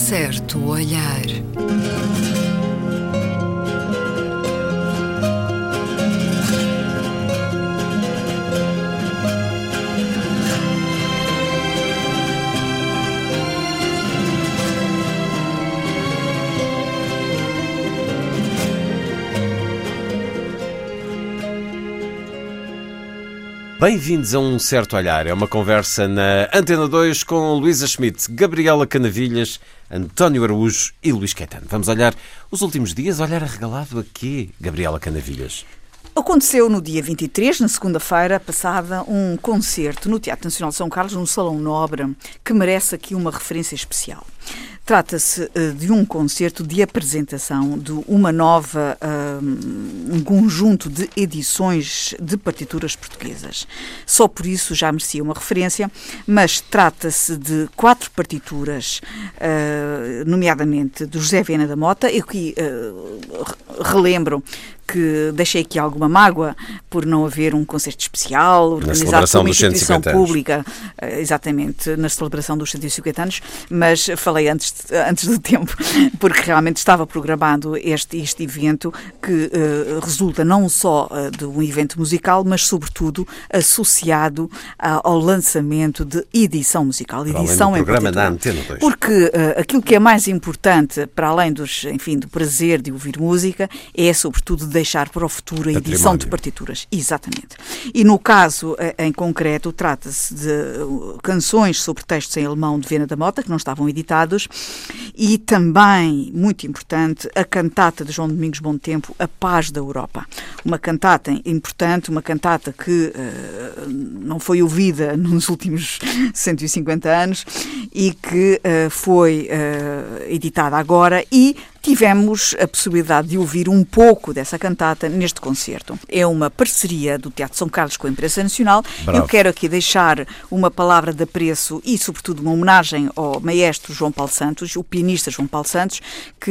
certo olhar. Bem-vindos a Um Certo Olhar. É uma conversa na Antena 2 com Luísa Schmidt, Gabriela Canavilhas, António Araújo e Luís Caetano. Vamos olhar os últimos dias, olhar arregalado a quê, Gabriela Canavilhas? Aconteceu no dia 23, na segunda-feira passada, um concerto no Teatro Nacional de São Carlos, no Salão Nobre, que merece aqui uma referência especial. Trata-se de um concerto de apresentação de uma nova, um conjunto de edições de partituras portuguesas. Só por isso já merecia uma referência, mas trata-se de 4 partituras, nomeadamente do José Viana da Mota. Eu aqui relembro que deixei aqui alguma mágoa por não haver um concerto especial organizado por uma instituição pública, exatamente, na celebração dos 150 anos, mas falei antes do tempo, porque realmente estava programado este evento que resulta não só de um evento musical, mas sobretudo associado ao lançamento de edição musical, edição em partitura. Porque aquilo que é mais importante, para além do prazer de ouvir música, é sobretudo deixar para o futuro a edição de partituras. Exatamente. E no caso em concreto, trata-se de canções sobre textos em alemão de Viana da Mota, que não estavam editados, e também, muito importante, a cantata de João Domingos Bom Tempo, A Paz da Europa. Uma cantata importante, uma cantata que não foi ouvida nos últimos 150 anos e que foi editada agora, e tivemos a possibilidade de ouvir um pouco dessa cantata neste concerto. É uma parceria do Teatro São Carlos com a Imprensa Nacional. Bravo. Eu quero aqui deixar uma palavra de apreço e, sobretudo, uma homenagem ao maestro João Paulo Santos, o pianista João Paulo Santos,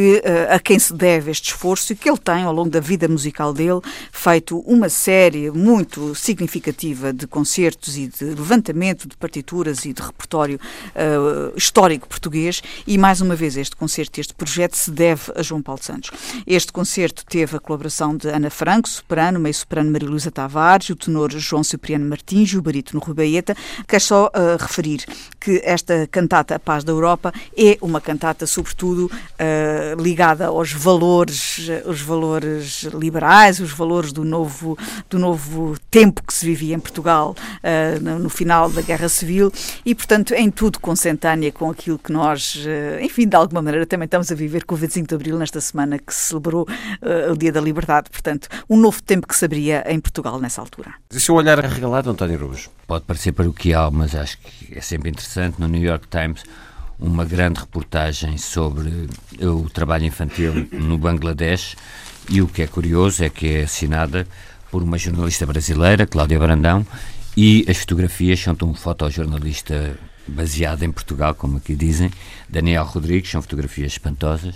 a quem se deve este esforço e que ele tem, ao longo da vida musical dele, feito uma série muito significativa de concertos e de levantamento de partituras e de repertório histórico português, e, mais uma vez, este concerto, este projeto se deve a João Paulo Santos. Este concerto teve a colaboração de Ana Franco, soprano, meio-soprano Maria Luísa Tavares, o tenor João Cipriano Martins e o barítono Rui Baeta. Quero só referir que esta cantata A Paz da Europa é uma cantata, sobretudo, ligada aos valores liberais, os valores do novo tempo que se vivia em Portugal no final da Guerra Civil, e, portanto, em tudo consentânea com aquilo que nós, de alguma maneira, também estamos a viver com o 25 de Abril, nesta semana que se celebrou o Dia da Liberdade. Portanto, um novo tempo que se abria em Portugal nessa altura. E o seu olhar arregalado, António Araújo? Pode parecer paroquial, mas acho que é sempre interessante. No New York Times, uma grande reportagem sobre o trabalho infantil no Bangladesh, e o que é curioso é que é assinada por uma jornalista brasileira, Cláudia Brandão, e as fotografias são de um fotojornalista baseado em Portugal, como aqui dizem, Daniel Rodrigues. São fotografias espantosas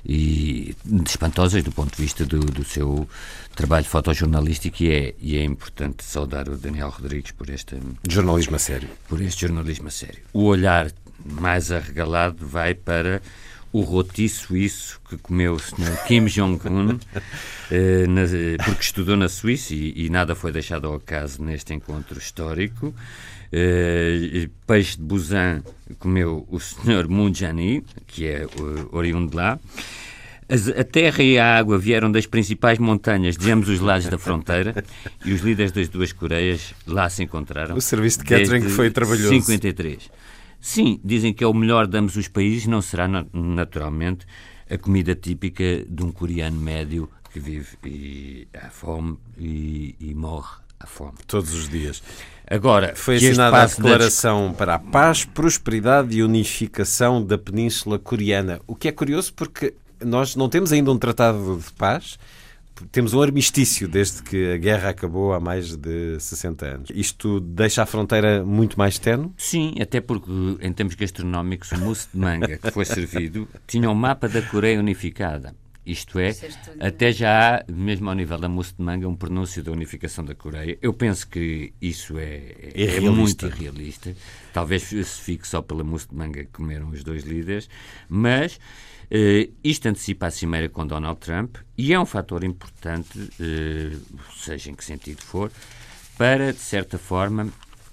do ponto de vista do seu trabalho fotojornalístico, e é importante saudar o Daniel Rodrigues por este jornalismo a sério. O olhar mais arregalado vai para o roti suíço que comeu o Sr. Kim Jong-un, porque estudou na Suíça, e nada foi deixado ao acaso neste encontro histórico. Peixe de Busan comeu o Sr. Moon Jae-in, que é oriundo de lá. A terra e a água vieram das principais montanhas de ambos os lados da fronteira, e os líderes das duas Coreias lá se encontraram. O serviço de catering foi trabalhoso. 53. Sim, dizem que é o melhor de ambos os países. Não será, naturalmente, a comida típica de um coreano médio que vive à fome e morre à fome. Todos os dias. Agora, foi assinada a declaração para a paz, prosperidade e unificação da Península Coreana. O que é curioso, porque nós não temos ainda um tratado de paz, temos um armistício desde que a guerra acabou há mais de 60 anos. Isto deixa a fronteira muito mais tenue? Sim, até porque, em termos gastronómicos, o mousse de manga que foi servido tinha o mapa da Coreia unificada. Isto é, até já há, mesmo ao nível da mousse de manga, um pronúncio da unificação da Coreia. Eu penso que isso é muito irrealista. Talvez se fique só pela mousse de manga que comeram os dois líderes, mas isto antecipa a cimeira com Donald Trump e é um fator importante, seja em que sentido for, para, de certa forma,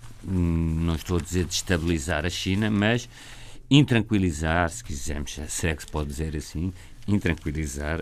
não estou a dizer destabilizar a China, mas intranquilizar, se quisermos, se é que se pode dizer assim, intranquilizar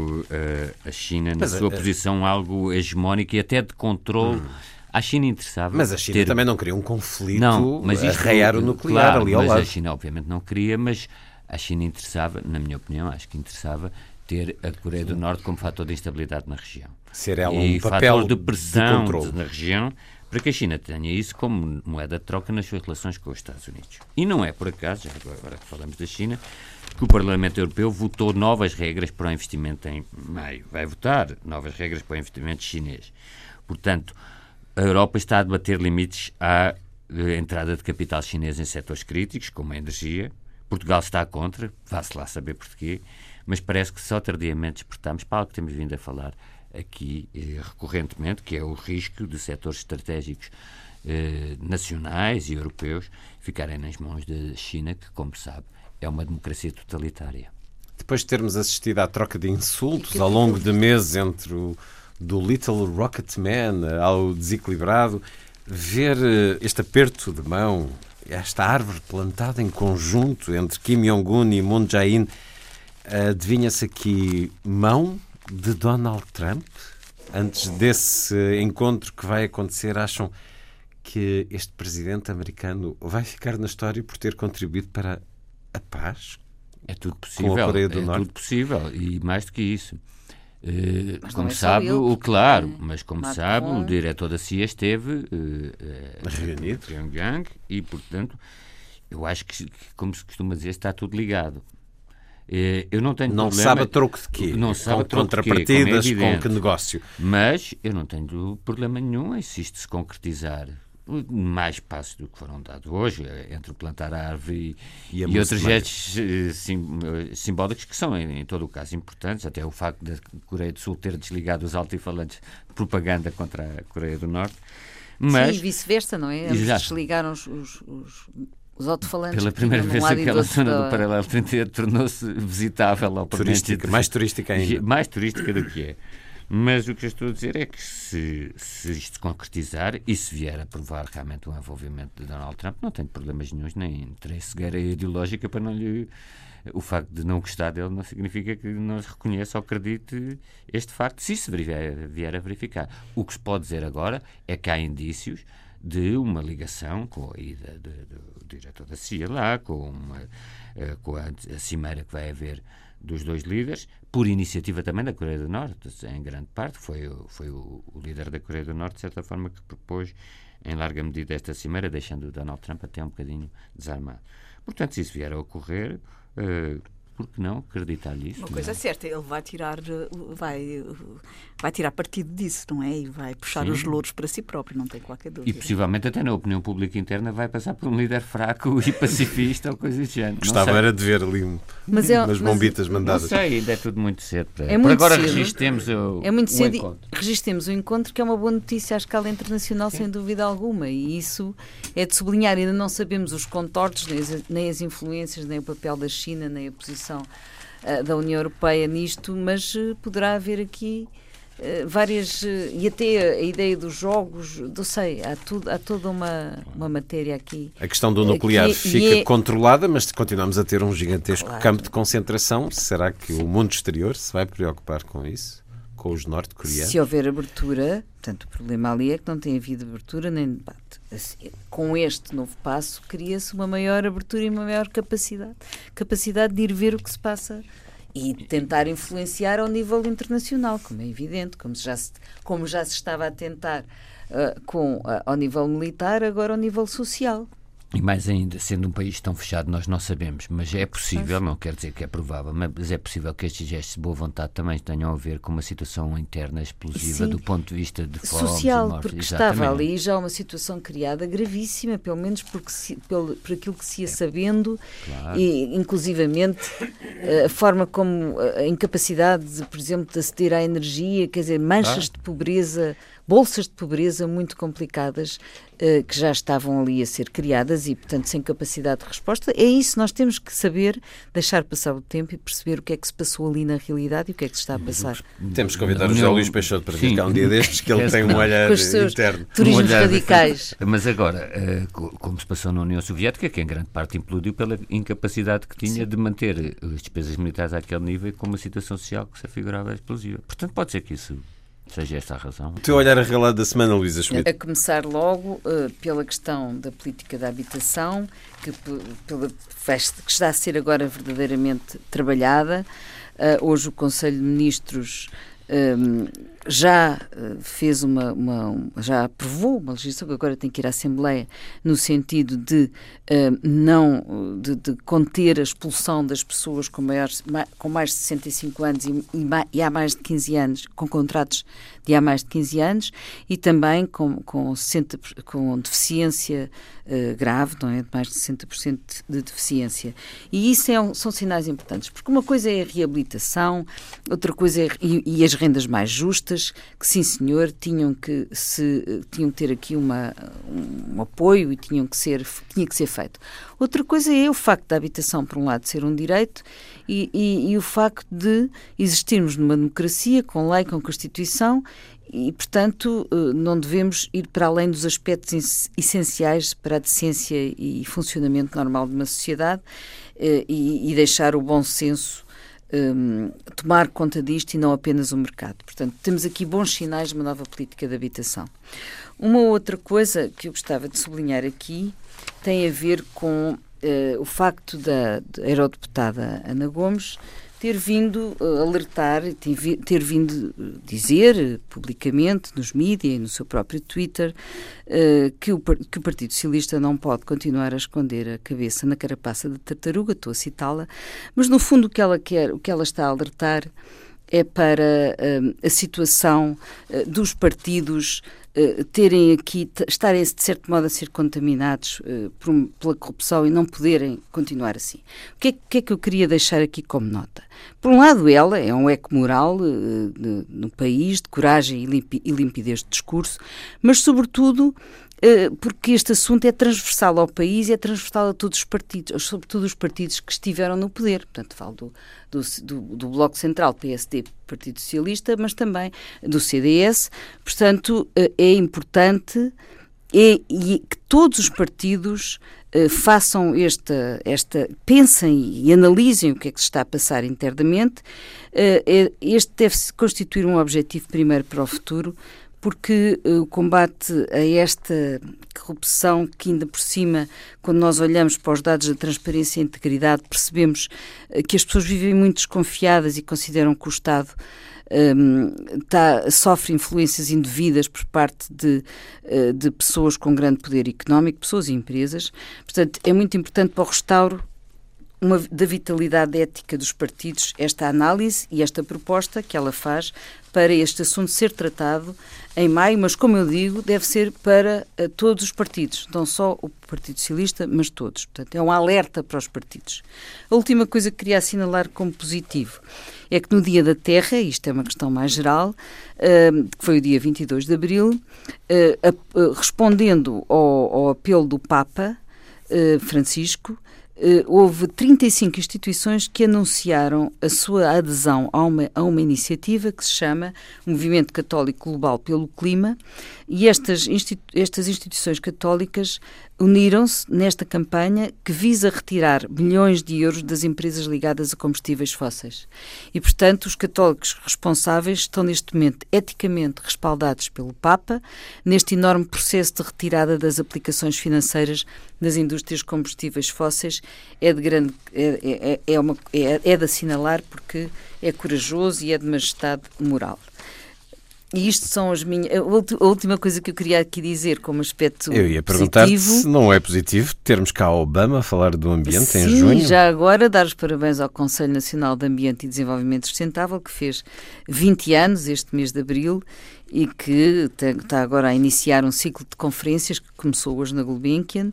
a China na sua posição algo hegemónica e até de controle. A China interessava. Mas a China também não queria um conflito arraiar o nuclear, claro, ali ao lado. Mas a China obviamente não queria, mas a China interessava, na minha opinião, acho que interessava ter a Coreia do Norte como fator de instabilidade na região. Ser ela um papel fator de pressão de na região, para que a China tenha isso como moeda de troca nas suas relações com os Estados Unidos. E não é por acaso, já agora que falamos da China, que o Parlamento Europeu votou novas regras para o investimento em maio. Vai votar novas regras para o investimento chinês. Portanto, a Europa está a debater limites à entrada de capital chinês em setores críticos, como a energia. Portugal está contra, vá-se lá saber porquê, mas parece que só tardiamente despertamos para algo que temos vindo a falar aqui recorrentemente, que é o risco de setores estratégicos nacionais e europeus ficarem nas mãos da China, que, como sabe, é uma democracia totalitária. Depois de termos assistido à troca de insultos ao longo de meses entre do Little Rocket Man ao desequilibrado, ver este aperto de mão, esta árvore plantada em conjunto entre Kim Jong-un e Moon Jae-in, adivinha-se aqui mão de Donald Trump? Antes desse encontro que vai acontecer, acham que este presidente americano vai ficar na história por ter contribuído para a paz? É tudo possível, com a Coreia do Norte? Tudo possível, e mais do que isso. Como sabe, o diretor da CIA esteve reunido em Pyongyang e, portanto, eu acho que, como se costuma dizer, está tudo ligado. Eu não tenho não problema, sabe a troco de quê? Não sabe com contrapartidas, com que negócio? Mas eu não tenho problema nenhum em se isto se concretizar. Mais passos do que foram dados hoje, entre plantar a árvore e outros gestos simbólicos que são, em todo o caso, importantes. Até o facto da Coreia do Sul ter desligado os altifalantes de propaganda contra a Coreia do Norte. Mas, sim, vice-versa, não é? Eles desligaram os alto-falantes. Pela primeira vez aquela zona do Paralelo 38 tornou-se visitável ao turística, mais turística ainda. Mais turística do que é. Mas o que eu estou a dizer é que se isto se concretizar e se vier a provar realmente o envolvimento de Donald Trump, não tenho problemas nenhuns, nem terei cegueira ideológica para não lhe... O facto de não gostar dele não significa que não reconheça ou acredite este facto, se isso vier a verificar. O que se pode dizer agora é que há indícios de uma ligação com a ida do diretor da CIA lá, com a cimeira que vai haver dos dois líderes, por iniciativa também da Coreia do Norte, em grande parte. Foi o líder da Coreia do Norte, de certa forma, que propôs em larga medida esta cimeira, deixando o Donald Trump até um bocadinho desarmado. Portanto, se isso vier a ocorrer, por que não acreditar nisso? Uma coisa é certa, ele vai tirar partido disso, não é? E vai puxar os louros para si próprio, não tem qualquer dúvida. E possivelmente até na opinião pública interna vai passar por um líder fraco e pacifista ou coisa do género. Gostava era de ver ali umas bombitas mandadas. Não sei, ainda é tudo muito cedo. Por agora registremos o encontro. Registremos o encontro, que é uma boa notícia à escala internacional, sem dúvida alguma, e isso é de sublinhar. Ainda não sabemos os contornos, nem as influências, nem o papel da China, nem a posição da União Europeia nisto, mas poderá haver aqui várias, e até a ideia dos jogos, não sei, há toda uma matéria aqui. A questão do nuclear fica controlada, mas continuamos a ter um gigantesco campo de concentração. Será que o mundo exterior se vai preocupar com isso? Com os norte-coreanos? Se houver abertura, portanto, o problema ali é que não tem havido abertura nem debate. Assim, com este novo passo, cria-se uma maior abertura e uma maior capacidade de ir ver o que se passa e tentar influenciar ao nível internacional, como é evidente, como já se estava a tentar ao nível militar, agora ao nível social. E mais ainda, sendo um país tão fechado, nós não sabemos, mas é possível, não quero dizer que é provável, mas é possível que estes gestos de boa vontade também tenham a ver com uma situação interna explosiva, sim, do ponto de vista de fome, social, de morte. porque Exatamente. Estava ali já uma situação criada gravíssima, pelo menos por aquilo que se ia sabendo, claro. E inclusivamente a forma como a incapacidade, por exemplo, de aceder à energia, quer dizer, manchas de pobreza, bolsas de pobreza muito complicadas, que já estavam ali a ser criadas e, portanto, sem capacidade de resposta. É isso, nós temos que saber deixar passar o tempo e perceber o que é que se passou ali na realidade e o que é que se está a passar. Temos que convidar o José Luís Peixoto para vir cá um dia destes, que ele tem um olhar interno. Turismos radicais. Mas agora, como se passou na União Soviética, que em grande parte implodiu pela incapacidade que tinha, sim, de manter as despesas militares àquele nível com uma situação social que se afigurava explosiva. Portanto, pode ser que isso seja esta a razão. O teu olhar arreglado da semana, Luísa Schmidt? A começar logo pela questão da política da habitação, que está a ser agora verdadeiramente trabalhada. Hoje o Conselho de Ministros já fez já aprovou uma legislação que agora tem que ir à Assembleia no sentido de de conter a expulsão das pessoas com mais de 65 anos e há mais de 15 anos, com contratos de há mais de 15 anos, e também com deficiência grave, não é? De mais de 60% de deficiência. E isso são sinais importantes, porque uma coisa é a reabilitação, outra coisa é e as rendas mais justas, que sim senhor, tinham que ter aqui um apoio e tinha que ser feito. Outra coisa é o facto da habitação, por um lado, ser um direito e o facto de existirmos numa democracia, com lei, com Constituição, e, portanto, não devemos ir para além dos aspectos essenciais para a decência e funcionamento normal de uma sociedade e deixar o bom senso tomar conta disto e não apenas o mercado. Portanto, temos aqui bons sinais de uma nova política de habitação. Uma outra coisa que eu gostava de sublinhar aqui tem a ver com o facto da eurodeputada Ana Gomes ter vindo alertar, ter vindo dizer publicamente nos mídias e no seu próprio Twitter que o Partido Socialista não pode continuar a esconder a cabeça na carapaça da tartaruga, estou a citá-la, mas no fundo o que ela está a alertar é para a situação dos partidos estarem de certo modo a ser contaminados pela corrupção e não poderem continuar assim. O que é que eu queria deixar aqui como nota? Por um lado, ela é um eco moral no país, de coragem e limpidez de discurso, mas sobretudo porque este assunto é transversal ao país e é transversal a todos os partidos, sobretudo os partidos que estiveram no poder. Portanto, falo do Bloco Central, PSD, Partido Socialista, mas também do CDS. Portanto, é importante que todos os partidos façam pensem e analisem o que é que se está a passar internamente. Este deve constituir um objetivo primeiro para o futuro, porque o combate a esta corrupção, que ainda por cima, quando nós olhamos para os dados da transparência e integridade, percebemos que as pessoas vivem muito desconfiadas e consideram que o Estado sofre influências indevidas por parte de pessoas com grande poder económico, pessoas e empresas. Portanto, é muito importante para o restauro da vitalidade ética dos partidos esta análise e esta proposta que ela faz para este assunto ser tratado em maio, mas, como eu digo, deve ser para todos os partidos, não só o Partido Socialista, mas todos. Portanto, é um alerta para os partidos. A última coisa que queria assinalar como positivo é que no Dia da Terra, isto é uma questão mais geral, que foi o dia 22 de abril, respondendo ao apelo do Papa Francisco, houve 35 instituições que anunciaram a sua adesão a uma iniciativa que se chama Movimento Católico Global pelo Clima, e estas instituições católicas uniram-se nesta campanha que visa retirar milhões de euros das empresas ligadas a combustíveis fósseis. E, portanto, os católicos responsáveis estão neste momento eticamente respaldados pelo Papa neste enorme processo de retirada das aplicações financeiras das indústrias de combustíveis fósseis. É de assinalar, porque é corajoso e é de majestade moral. E isto são as minhas... A última coisa que eu queria aqui dizer como aspecto positivo... Eu ia perguntar-te se não é positivo termos cá Obama a falar do ambiente Sim, em junho. Já agora dar os parabéns ao Conselho Nacional de Ambiente e Desenvolvimento Sustentável, que fez 20 anos este mês de abril e que está agora a iniciar um ciclo de conferências que começou hoje na Gulbenkian,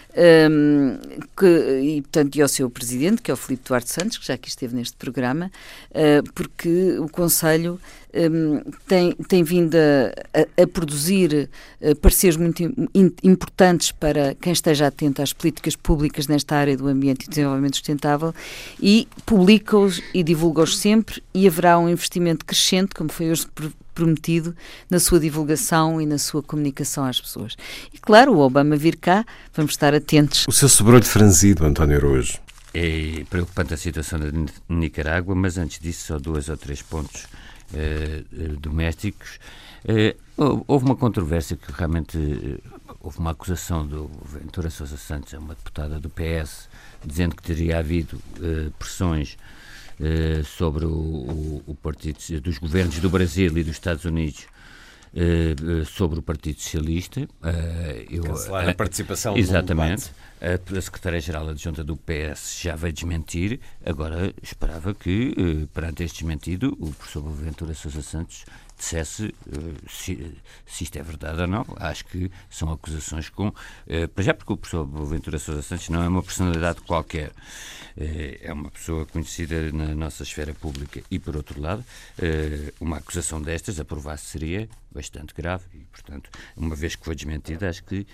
e ao seu presidente, que é o Filipe Duarte Santos, que já aqui esteve neste programa, porque o Conselho tem vindo a produzir pareceres muito importantes para quem esteja atento às políticas públicas nesta área do ambiente e desenvolvimento sustentável, e publica-os e divulga-os sempre, e haverá um investimento crescente, como foi hoje prometido, na sua divulgação e na sua comunicação às pessoas. E claro, o Obama vir cá, vamos estar atentos. O seu sobrolho franzido, António Araújo. É preocupante a situação da Nicarágua, mas antes disso só 2 ou 3 pontos domésticos. Houve uma controvérsia que realmente... houve uma acusação do Ventura Sousa Santos, uma deputada do PS, dizendo que teria havido pressões sobre o partido dos governos do Brasil e dos Estados Unidos sobre o Partido Socialista. Cancelar a participação. Exatamente. A secretária-geral adjunta do PS já veio desmentir. Agora esperava que, perante este desmentido, o professor Ventura Sousa Santos dissesse se isto é verdade ou não. Acho que são acusações para já, porque o professor Ventura Sousa Santos não é uma personalidade qualquer. É uma pessoa conhecida na nossa esfera pública e, por outro lado, uma acusação destas, aprovar-se, seria bastante grave e, portanto, uma vez que foi desmentida, acho que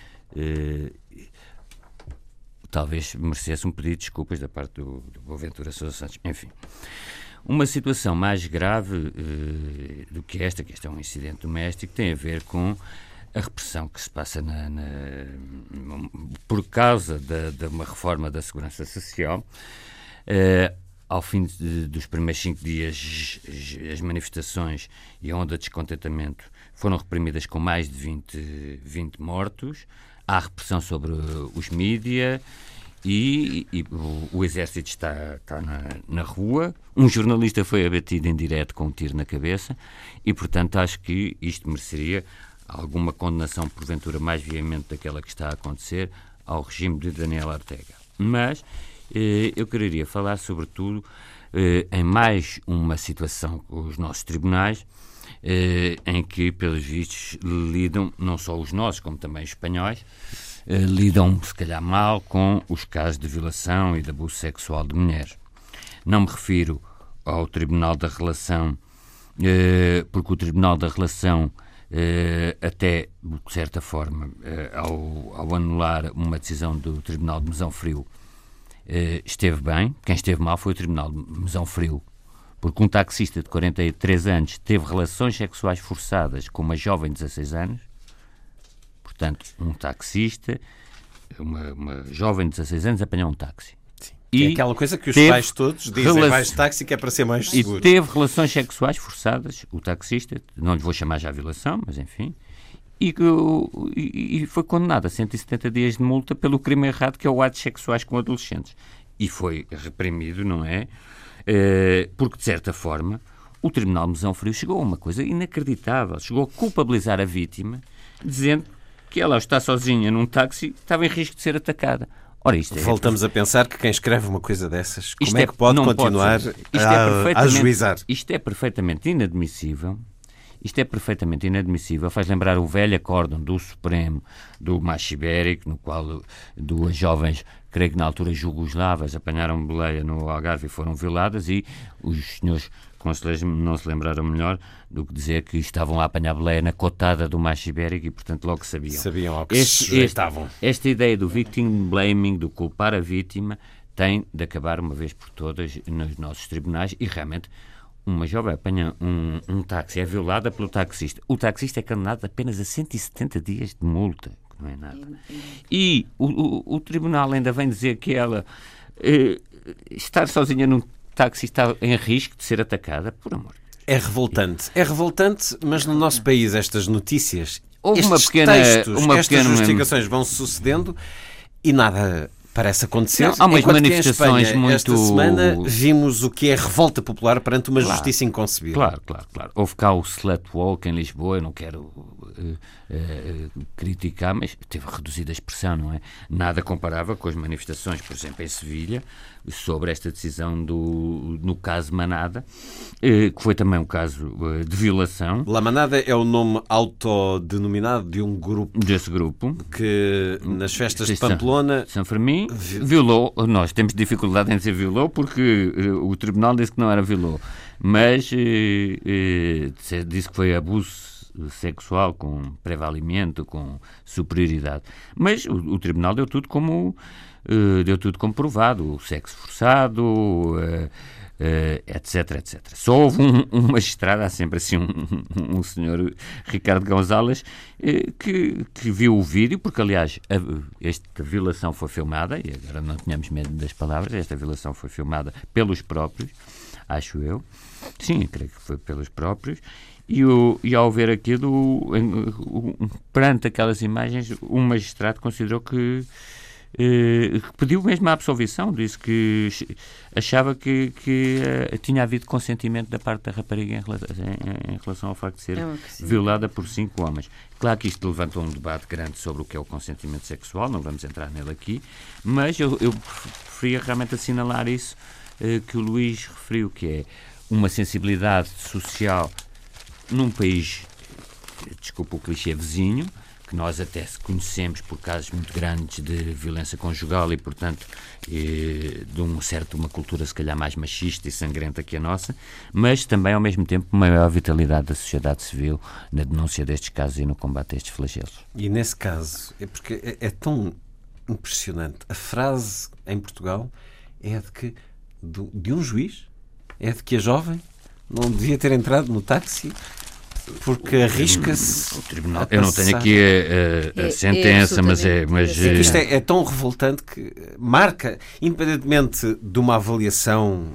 talvez merecesse um pedido de desculpas da parte do Ventura Sousa Santos. Enfim, uma situação mais grave do que esta é um incidente doméstico, tem a ver com a repressão que se passa por causa de uma reforma da Segurança Social. Ao fim dos primeiros 5 dias, as manifestações e a onda de descontentamento foram reprimidas com mais de 20 mortos. Há repressão sobre os mídia e o exército está na rua. Um jornalista foi abatido em direto com um tiro na cabeça e, portanto, acho que isto mereceria alguma condenação, porventura mais veemente daquela que está a acontecer ao regime de Daniel Ortega. Mas eu quereria falar, sobretudo, em mais uma situação com os nossos tribunais, em que, pelos vistos, lidam, não só os nossos, como também os espanhóis, lidam, se calhar, mal com os casos de violação e de abuso sexual de mulheres. Não me refiro ao Tribunal da Relação, porque o Tribunal da Relação, até, de certa forma, ao anular uma decisão do Tribunal de Mesão Frio, esteve bem. Quem esteve mal foi o Tribunal de Mesão Frio, porque um taxista de 43 anos teve relações sexuais forçadas com uma jovem de 16 anos. Portanto, um taxista, uma jovem de 16 anos apanhou um táxi. Sim. E é aquela coisa que os pais todos dizem, vais de táxi que é para ser mais seguro. E teve relações sexuais forçadas, o taxista, não lhe vou chamar já violação, mas enfim, e foi condenado a 170 dias de multa pelo crime errado, que é o atos sexuais com adolescentes. E foi reprimido, não é? Porque, de certa forma, o Tribunal de Mesão Frio chegou a uma coisa inacreditável. Chegou a culpabilizar a vítima, dizendo que ela, ao estar sozinha num táxi, estava em risco de ser atacada. Ora, voltamos a pensar que quem escreve uma coisa dessas, como é que pode continuar a ajuizar? Isto é perfeitamente inadmissível. Isto é perfeitamente inadmissível. Faz lembrar o velho acórdão do Supremo, do macho ibérico, no qual duas jovens, creio que na altura jugoslavas, apanharam boleia no Algarve e foram violadas, e os senhores conselheiros não se lembraram melhor do que dizer que estavam a apanhar boleia na cotada do macho ibérico e, portanto, logo sabiam. Sabiam ao que se sujeitavam. Esta ideia do victim blaming, do culpar a vítima, tem de acabar uma vez por todas nos nossos tribunais. E realmente uma jovem apanha um táxi, é violada pelo taxista. O taxista é condenado apenas a 170 dias de multa, que não é nada. E o tribunal ainda vem dizer que ela estar sozinha num táxi está em risco de ser atacada, por amor. É revoltante, mas no nosso país estas notícias, houve estes textos, estas justificações vão sucedendo e nada parece acontecer. Não, há umas manifestações Espanha, muito... Esta semana vimos o que é revolta popular perante uma justiça inconcebível. Claro. Houve cá o Slut Walk em Lisboa, eu não quero criticar, mas teve reduzida a expressão, não é? Nada comparável com as manifestações, por exemplo, em Sevilha, sobre esta decisão no caso Manada, que foi também um caso de violação. La Manada é o nome autodenominado de um grupo. Desse grupo. Que nas festas de Pamplona... São Fermim violou. Nós temos dificuldade em dizer violou porque o tribunal disse que não era violou. Mas disse que foi abuso sexual com prevalimento, com superioridade. Mas o tribunal deu tudo como provado. O sexo forçado... etc. Só houve um magistrado, há sempre assim um senhor Ricardo Gonzalez que viu o vídeo, porque aliás esta violação foi filmada, e agora não tínhamos medo das palavras, esta violação foi filmada pelos próprios, acho eu, sim, creio que foi pelos próprios, e ao ver aquilo, perante aquelas imagens, o magistrado considerou que pediu mesmo a absolvição, disse que achava que tinha havido consentimento da parte da rapariga em relação ao facto de ser violada por 5 homens. Claro que isto levantou um debate grande sobre o que é o consentimento sexual, não vamos entrar nele aqui, mas eu preferia realmente assinalar isso que o Luís referiu, que é uma sensibilidade social num país, desculpa o clichê, vizinho, que nós até conhecemos por casos muito grandes de violência conjugal e, portanto, de uma cultura se calhar mais machista e sangrenta que a nossa, mas também, ao mesmo tempo, uma maior vitalidade da sociedade civil na denúncia destes casos e no combate a estes flagelos. E nesse caso, é porque é tão impressionante. A frase em Portugal é de um juiz, é de que a jovem não devia ter entrado no táxi porque arrisca-se. O tribunal, eu não tenho aqui a sentença, mas isto é tão revoltante que marca, independentemente de uma avaliação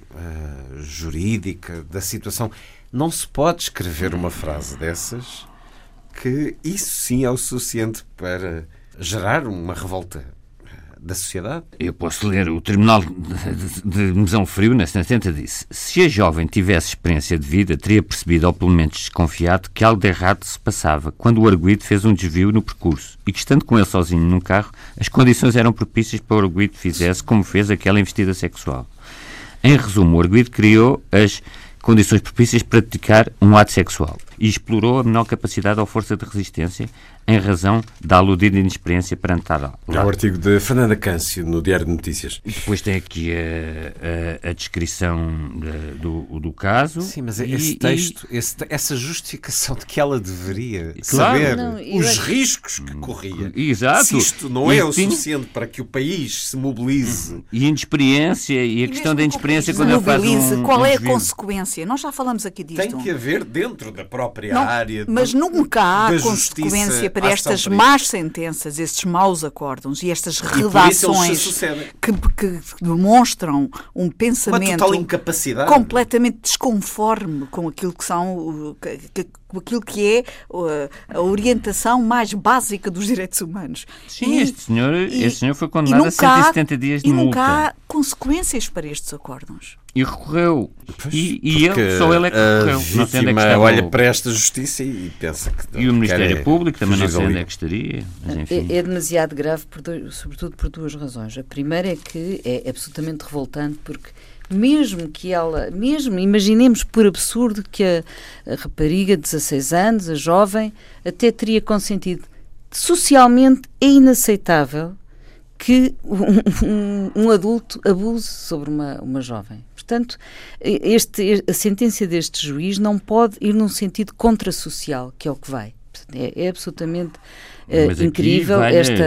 jurídica da situação, não se pode escrever uma frase dessas que isso sim é o suficiente para gerar uma revolta da sociedade. Eu posso ler. O Tribunal de Mesão Frio, na sentença, disse: se a jovem tivesse experiência de vida, teria percebido, ou pelo menos desconfiado, que algo de errado se passava quando o arguido fez um desvio no percurso e que, estando com ele sozinho num carro, as condições eram propícias para o arguido fizesse como fez aquela investida sexual. Em resumo, o arguido criou as condições propícias para praticar um ato sexual e explorou a menor capacidade ou força de resistência em razão da aludida inexperiência perante tal. É o artigo de Fernanda Câncio no Diário de Notícias. E depois tem aqui a descrição do caso. Sim, mas esse texto, essa justificação de que ela deveria saber os riscos que corria. Exato. Se isto não é o suficiente para que o país se mobilize. E a inexperiência, e a questão da inexperiência quando ele faz qual é a consequência? Nós já falamos aqui disto. Tem que haver dentro da própria área. Mas nunca há consequência para estas más sentenças, estes maus acórdãos e estas redações que demonstram um pensamento completamente desconforme com aquilo que são, aquilo que é a orientação mais básica dos direitos humanos. Sim, este senhor foi condenado a 170 dias de multa. E nunca há consequências para estes acórdãos. E recorreu. Só ele é que recorreu. A vítima olha para esta justiça e pensa que... E o Ministério Público também não sei onde é que estaria. Mas, enfim. É demasiado grave, sobretudo por 2 razões. A primeira é que é absolutamente revoltante porque mesmo imaginemos por absurdo que a rapariga de 16 anos, a jovem, até teria consentido. Socialmente é inaceitável que um adulto abuse sobre uma jovem. Portanto, a sentença deste juiz não pode ir num sentido contrassocial, que é o que vai. É absolutamente incrível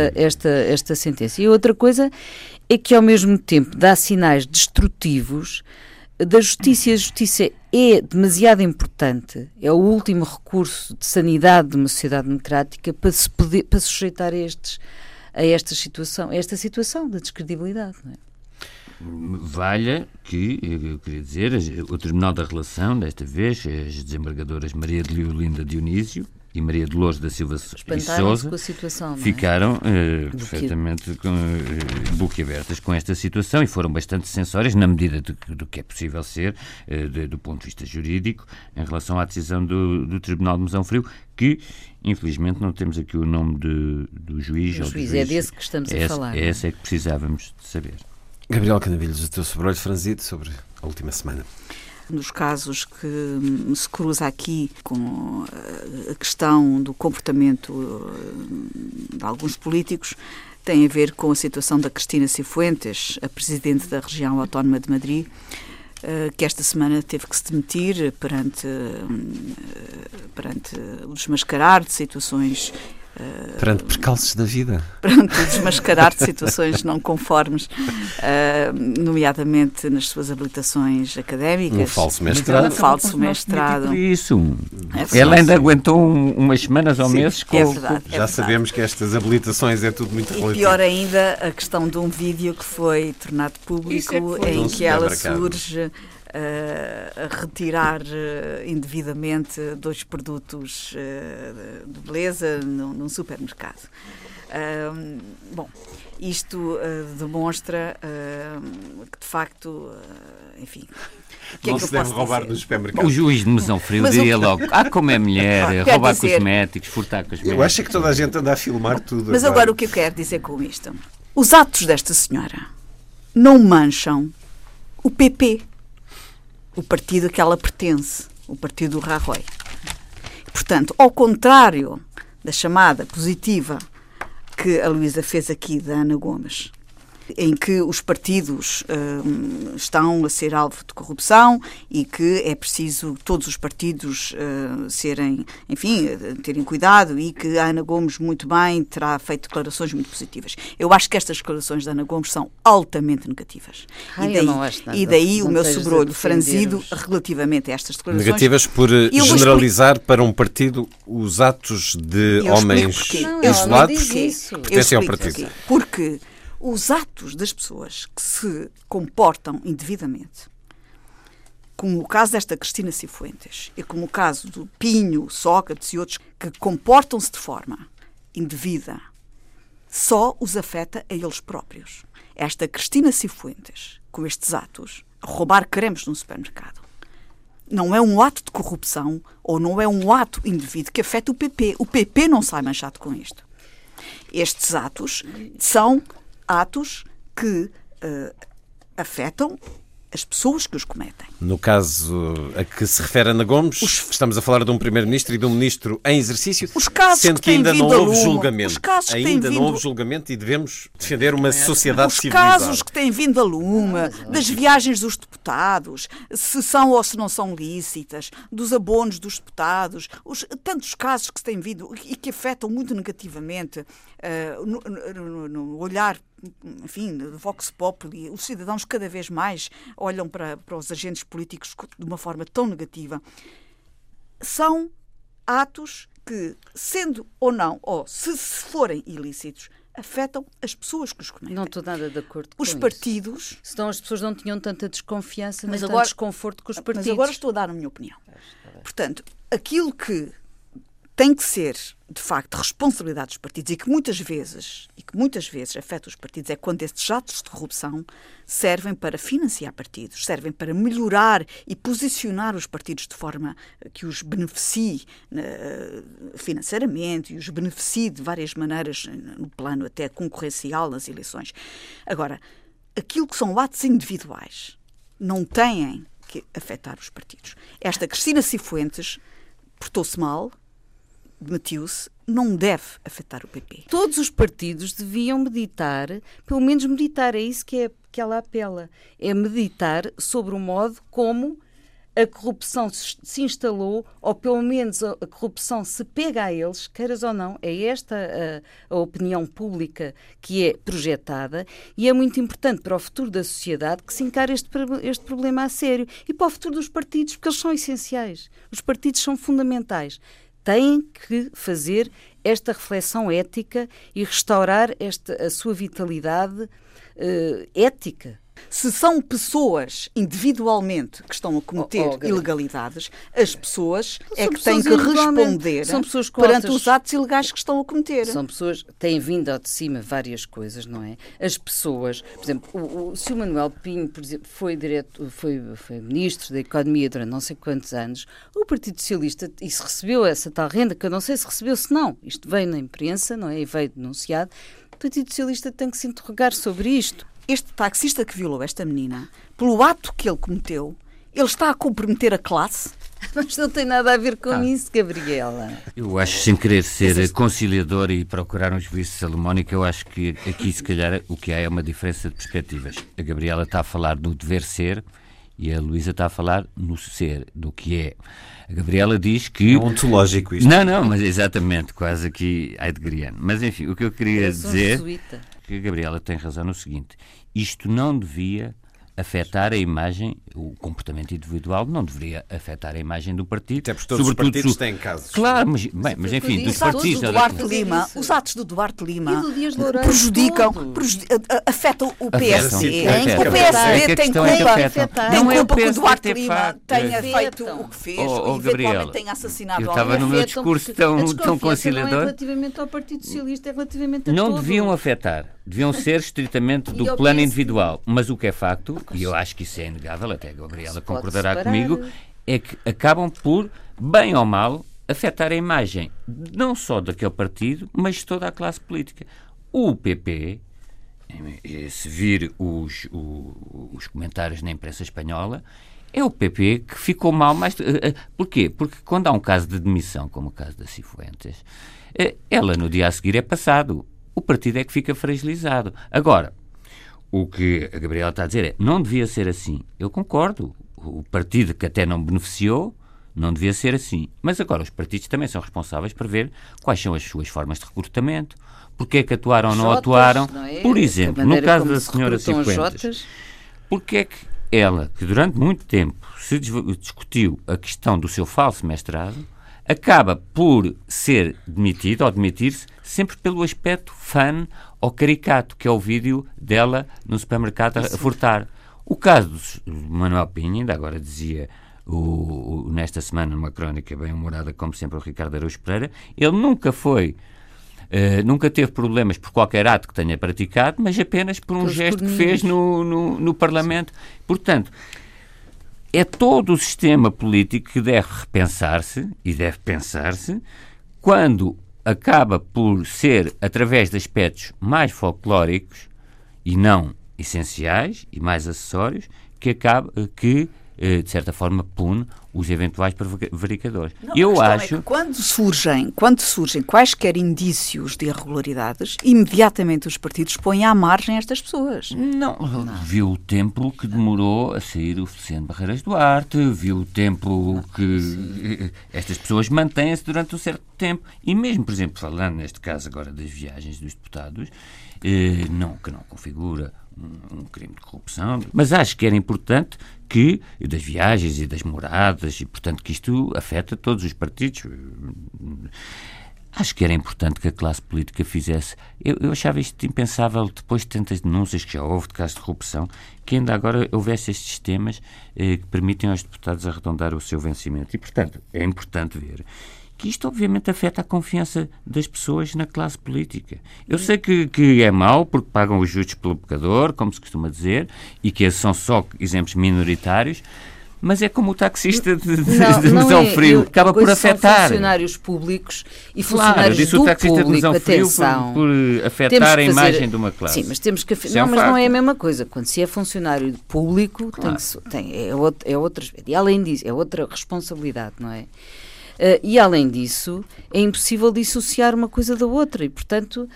esta sentença. E outra coisa é que, ao mesmo tempo, dá sinais destrutivos da justiça. A justiça é demasiado importante, é o último recurso de sanidade de uma sociedade democrática para sujeitar a esta situação da descredibilidade. Não é? Valha que, eu queria dizer, o Tribunal da Relação, desta vez, as desembargadoras Maria de Leolinda Dionísio e Maria Dolores da Silva e Sousa com a situação, ficaram perfeitamente boquiabertas com esta situação e foram bastante censórias na medida do que é possível ser do ponto de vista jurídico em relação à decisão do Tribunal de Mesão Frio, que infelizmente não temos aqui o nome do juiz. O juiz é desse que estamos a falar. Essa é que precisávamos de saber. Gabriel Canavilhos, o teu sobrolho franzido sobre a última semana. Um dos casos que se cruza aqui com a questão do comportamento de alguns políticos tem a ver com a situação da Cristina Cifuentes, a presidente da região autónoma de Madrid, que esta semana teve que se demitir perante o desmascarar de situações... Perante percalços da vida. Perante o desmascarar de situações não conformes, nomeadamente nas suas habilitações académicas. Um falso mestrado. Um falso mestrado. Isso. Ela ainda aguentou umas semanas ou meses com... É verdade, Já sabemos que estas habilitações é tudo muito relativo. E pior ainda, a questão de um vídeo que foi tornado público em que ela surge a retirar indevidamente 2 produtos de beleza num supermercado. Bom, isto demonstra que de facto, enfim... Não se deve roubar nos supermercados. O juiz de Mesão Frio diria logo, como é mulher, roubar cosméticos, furtar cosméticos. Eu acho que toda a gente anda a filmar tudo. Mas agora o que eu quero dizer com isto? Os atos desta senhora não mancham o PP, o partido a que ela pertence, o partido do Rajoy. Portanto, ao contrário da chamada positiva que a Luísa fez aqui da Ana Gomes, em que os partidos estão a ser alvo de corrupção e que é preciso todos os partidos terem cuidado, e que a Ana Gomes muito bem terá feito declarações muito positivas. Eu acho que estas declarações da Ana Gomes são altamente negativas. E daí o meu sobrolho franzido relativamente a estas declarações. Negativas por generalizar para um partido os atos de homens isolados que pertencem ao partido. Porque os atos das pessoas que se comportam indevidamente, como o caso desta Cristina Cifuentes e como o caso do Pinho, Sócrates e outros que comportam-se de forma indevida, só os afeta a eles próprios. Esta Cristina Cifuentes, com estes atos, a roubar cremes num supermercado, não é um ato de corrupção ou não é um ato indevido que afeta o PP. O PP não sai manchado com isto. Estes atos são atos que afetam as pessoas que os cometem. No caso a que se refere Ana Gomes, estamos a falar de um primeiro-ministro e de um ministro em exercício, sendo que ainda não houve julgamento. Ainda não houve julgamento e devemos defender uma sociedade civilizada. Os casos que têm vindo a lume, das viagens dos deputados, se são ou se não são lícitas, dos abonos dos deputados, tantos casos que têm vindo e que afetam muito negativamente no olhar, enfim, de Vox Populi. Os cidadãos cada vez mais olham para os agentes políticos de uma forma tão negativa. São atos que, sendo ou não, ou se forem ilícitos, afetam as pessoas que os cometem. Não estou nada de acordo com os partidos... Isso. Senão as pessoas não tinham tanta desconfiança, nem tanto desconforto com os partidos. Mas agora estou a dar a minha opinião. Portanto, aquilo que tem que ser, de facto, responsabilidade dos partidos e que muitas vezes afeta os partidos é quando estes atos de corrupção servem para financiar partidos, servem para melhorar e posicionar os partidos de forma que os beneficie financeiramente e os beneficie de várias maneiras no plano até concorrencial nas eleições. Agora, aquilo que são atos individuais não têm que afetar os partidos. Esta Cristina Cifuentes portou-se mal, demitiu-se, não deve afetar o PP. Todos os partidos deviam meditar, pelo menos meditar, é isso que ela apela, é meditar sobre o modo como a corrupção se instalou, ou pelo menos a corrupção se pega a eles, queiras ou não. É esta a opinião pública que é projetada, e é muito importante para o futuro da sociedade que se encare este problema a sério, e para o futuro dos partidos, porque eles são essenciais. Os partidos são fundamentais. Têm que fazer esta reflexão ética e restaurar a sua vitalidade ética. Se são pessoas individualmente que estão a cometer ilegalidades, as pessoas é que têm que responder perante os atos ilegais que estão a cometer. São pessoas que têm vindo ao de cima várias coisas, não é? As pessoas, por exemplo, se o Manuel Pinho, por exemplo, foi ministro da Economia durante não sei quantos anos, o Partido Socialista, e se recebeu essa tal renda, que eu não sei se recebeu, se não, isto veio na imprensa, não é? E veio denunciado, o Partido Socialista tem que se interrogar sobre isto. Este taxista que violou esta menina, pelo ato que ele cometeu, ele está a comprometer a classe? Mas não tem nada a ver com isso, Gabriela. Eu acho, sem querer ser conciliador e procurar um juízo salomónico, eu acho que aqui, se calhar, o que há é uma diferença de perspectivas. A Gabriela está a falar do dever ser e a Luísa está a falar no ser, do que é. A Gabriela diz que... É ontológico isto. Não, mas exatamente, quase aqui heideggeriano. Mas, enfim, o que eu queria dizer... que a Gabriela tem razão no seguinte: isto não devia afetar a imagem, o comportamento individual não deveria afetar a imagem do partido. Até porque todos os partidos têm casos. Claro, mas enfim, dos partidos... Os atos do Duarte Lima afetam o PSD. O PSD tem culpa que o Duarte Lima tenha feito o que fez e eventualmente tenha assassinado alguém. Eu estava no meu discurso tão conciliador. Não é relativamente ao Partido Socialista, é relativamente a não todo. Deviam afetar, deviam ser estritamente do plano individual. Mas o que é facto, e eu acho que isso é inegável, até a Gabriela concordará comigo, é que acabam por, bem ou mal, afetar a imagem não só daquele partido, mas de toda a classe política. O PP, se vir os comentários na imprensa espanhola, é o PP que ficou mal mais... Porquê? Porque quando há um caso de demissão, como o caso da Cifuentes, ela no dia a seguir é passado. O partido é que fica fragilizado. Agora, o que a Gabriela está a dizer é, não devia ser assim. Eu concordo. O partido que até não beneficiou, não devia ser assim. Mas agora os partidos também são responsáveis por ver quais são as suas formas de recrutamento, porque é que atuaram ou não atuaram. Não é? Por exemplo, no caso da senhora Cifuentes, porque é que ela, que durante muito tempo se discutiu a questão do seu falso mestrado, acaba por ser demitido ou demitir-se sempre pelo aspecto fun ou caricato, que é o vídeo dela no supermercado a furtar. O caso do Manuel Pinho, ainda agora dizia nesta semana numa crónica bem humorada, como sempre, o Ricardo Araújo Pereira, ele nunca teve problemas por qualquer ato que tenha praticado, mas apenas por um gesto que fez no Parlamento. Portanto, é todo o sistema político que deve repensar-se e deve pensar-se quando acaba por ser através de aspectos mais folclóricos e não essenciais e mais acessórios que de certa forma pune os eventuais prevaricadores. Eu acho que quando surgem quaisquer indícios de irregularidades, imediatamente os partidos põem à margem estas pessoas. Não. Viu o tempo que demorou a sair o Feliciano Barreiras Duarte, viu o tempo que estas pessoas mantêm-se durante um certo tempo. E mesmo, por exemplo, falando neste caso agora das viagens dos deputados, que não configura um crime de corrupção, mas acho que era importante que, das viagens e das moradas, e portanto que isto afeta todos os partidos, acho que era importante que a classe política fizesse. Eu achava isto impensável, depois de tantas denúncias que já houve de casos de corrupção, que ainda agora houvesse estes sistemas que permitem aos deputados arredondar o seu vencimento. E, portanto, é importante ver que isto obviamente afeta a confiança das pessoas na classe política. Eu sei que é mau porque pagam os justos pelo pecador, como se costuma dizer, e que esses são só exemplos minoritários, mas é como o taxista de Mesão Frio, acaba por afetar. São funcionários públicos e funcionários do público, atenção. Por afetar a imagem de uma classe. Sim, mas temos que... não é a mesma coisa. Quando se é funcionário público, claro, é outra... E além disso, é outra responsabilidade, não é? E, além disso, é impossível dissociar uma coisa da outra e, portanto,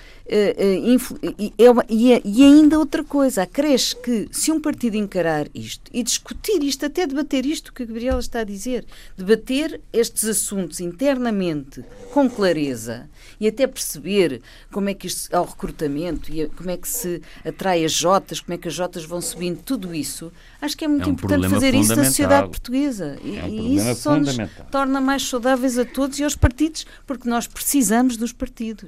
e ainda outra coisa, acresce que se um partido encarar isto e discutir isto, até debater isto que a Gabriela está a dizer, debater estes assuntos internamente com clareza e até perceber como é que isto, ao recrutamento, e como é que se atrai as jotas, como é que as jotas vão subindo, tudo isso, acho que é muito importante fazer isso na sociedade portuguesa. E isso só nos torna mais saudáveis a todos e aos partidos, porque nós precisamos dos partidos.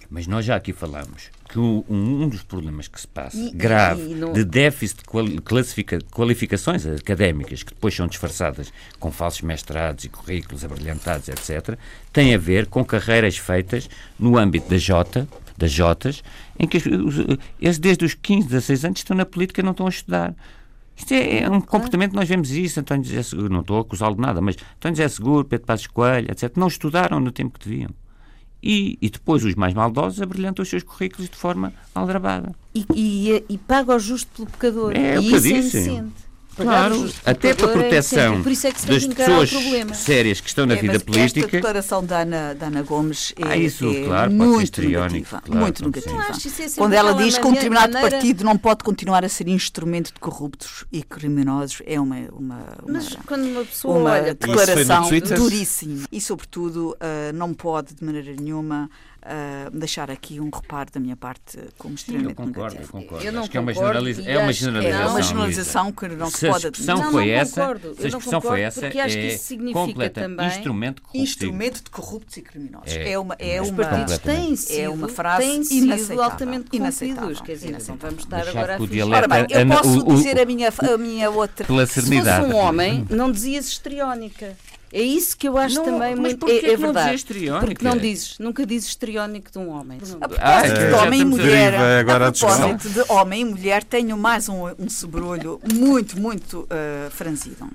Mas nós já aqui falamos que um dos problemas que se passa, grave, de déficit de qualificações académicas, que depois são disfarçadas com falsos mestrados e currículos abrilhantados, etc., tem a ver com carreiras feitas no âmbito das Jotas, em que eles desde os 15, 16 anos estão na política e não estão a estudar. Isto é um comportamento, nós vemos isso, António José Seguro, não estou a acusá-lo de nada, mas António José Seguro, Pedro Passos Coelho, etc., não estudaram no tempo que deviam. E depois os mais maldosos abrilhantam os seus currículos de forma aldrabada. E paga o justo pelo pecador. É o que eu disse. Claro, até para a proteção das pessoas sérias que estão na vida política. Esta declaração da Ana Gomes claro, muito negativa. Claro, muito negativa. Quando ela diz que um determinado partido não pode continuar a ser instrumento de corruptos e criminosos, é mas quando uma pessoa olha, declaração duríssima. E, sobretudo, não pode de maneira nenhuma deixar aqui um reparo da minha parte como extremamente negativo. Eu concordo. Acho que é uma generalização. É uma generalização que não se pode... Se a expressão foi essa, porque acho que isso significa também instrumento de corruptos e criminosos. Os partidos têm sido altamente corrompidos. Quer dizer, não vamos estar agora a fingir. Ora bem, eu posso dizer a minha outra... Pela serenidade. Se fosse um homem, não dizias histriónica. É isso que eu acho também muito... É verdade. Porque nunca dizes histriónico de um homem. De homem e mulher. A propósito de homem e mulher, tenho mais um sobrolho muito, muito franzido.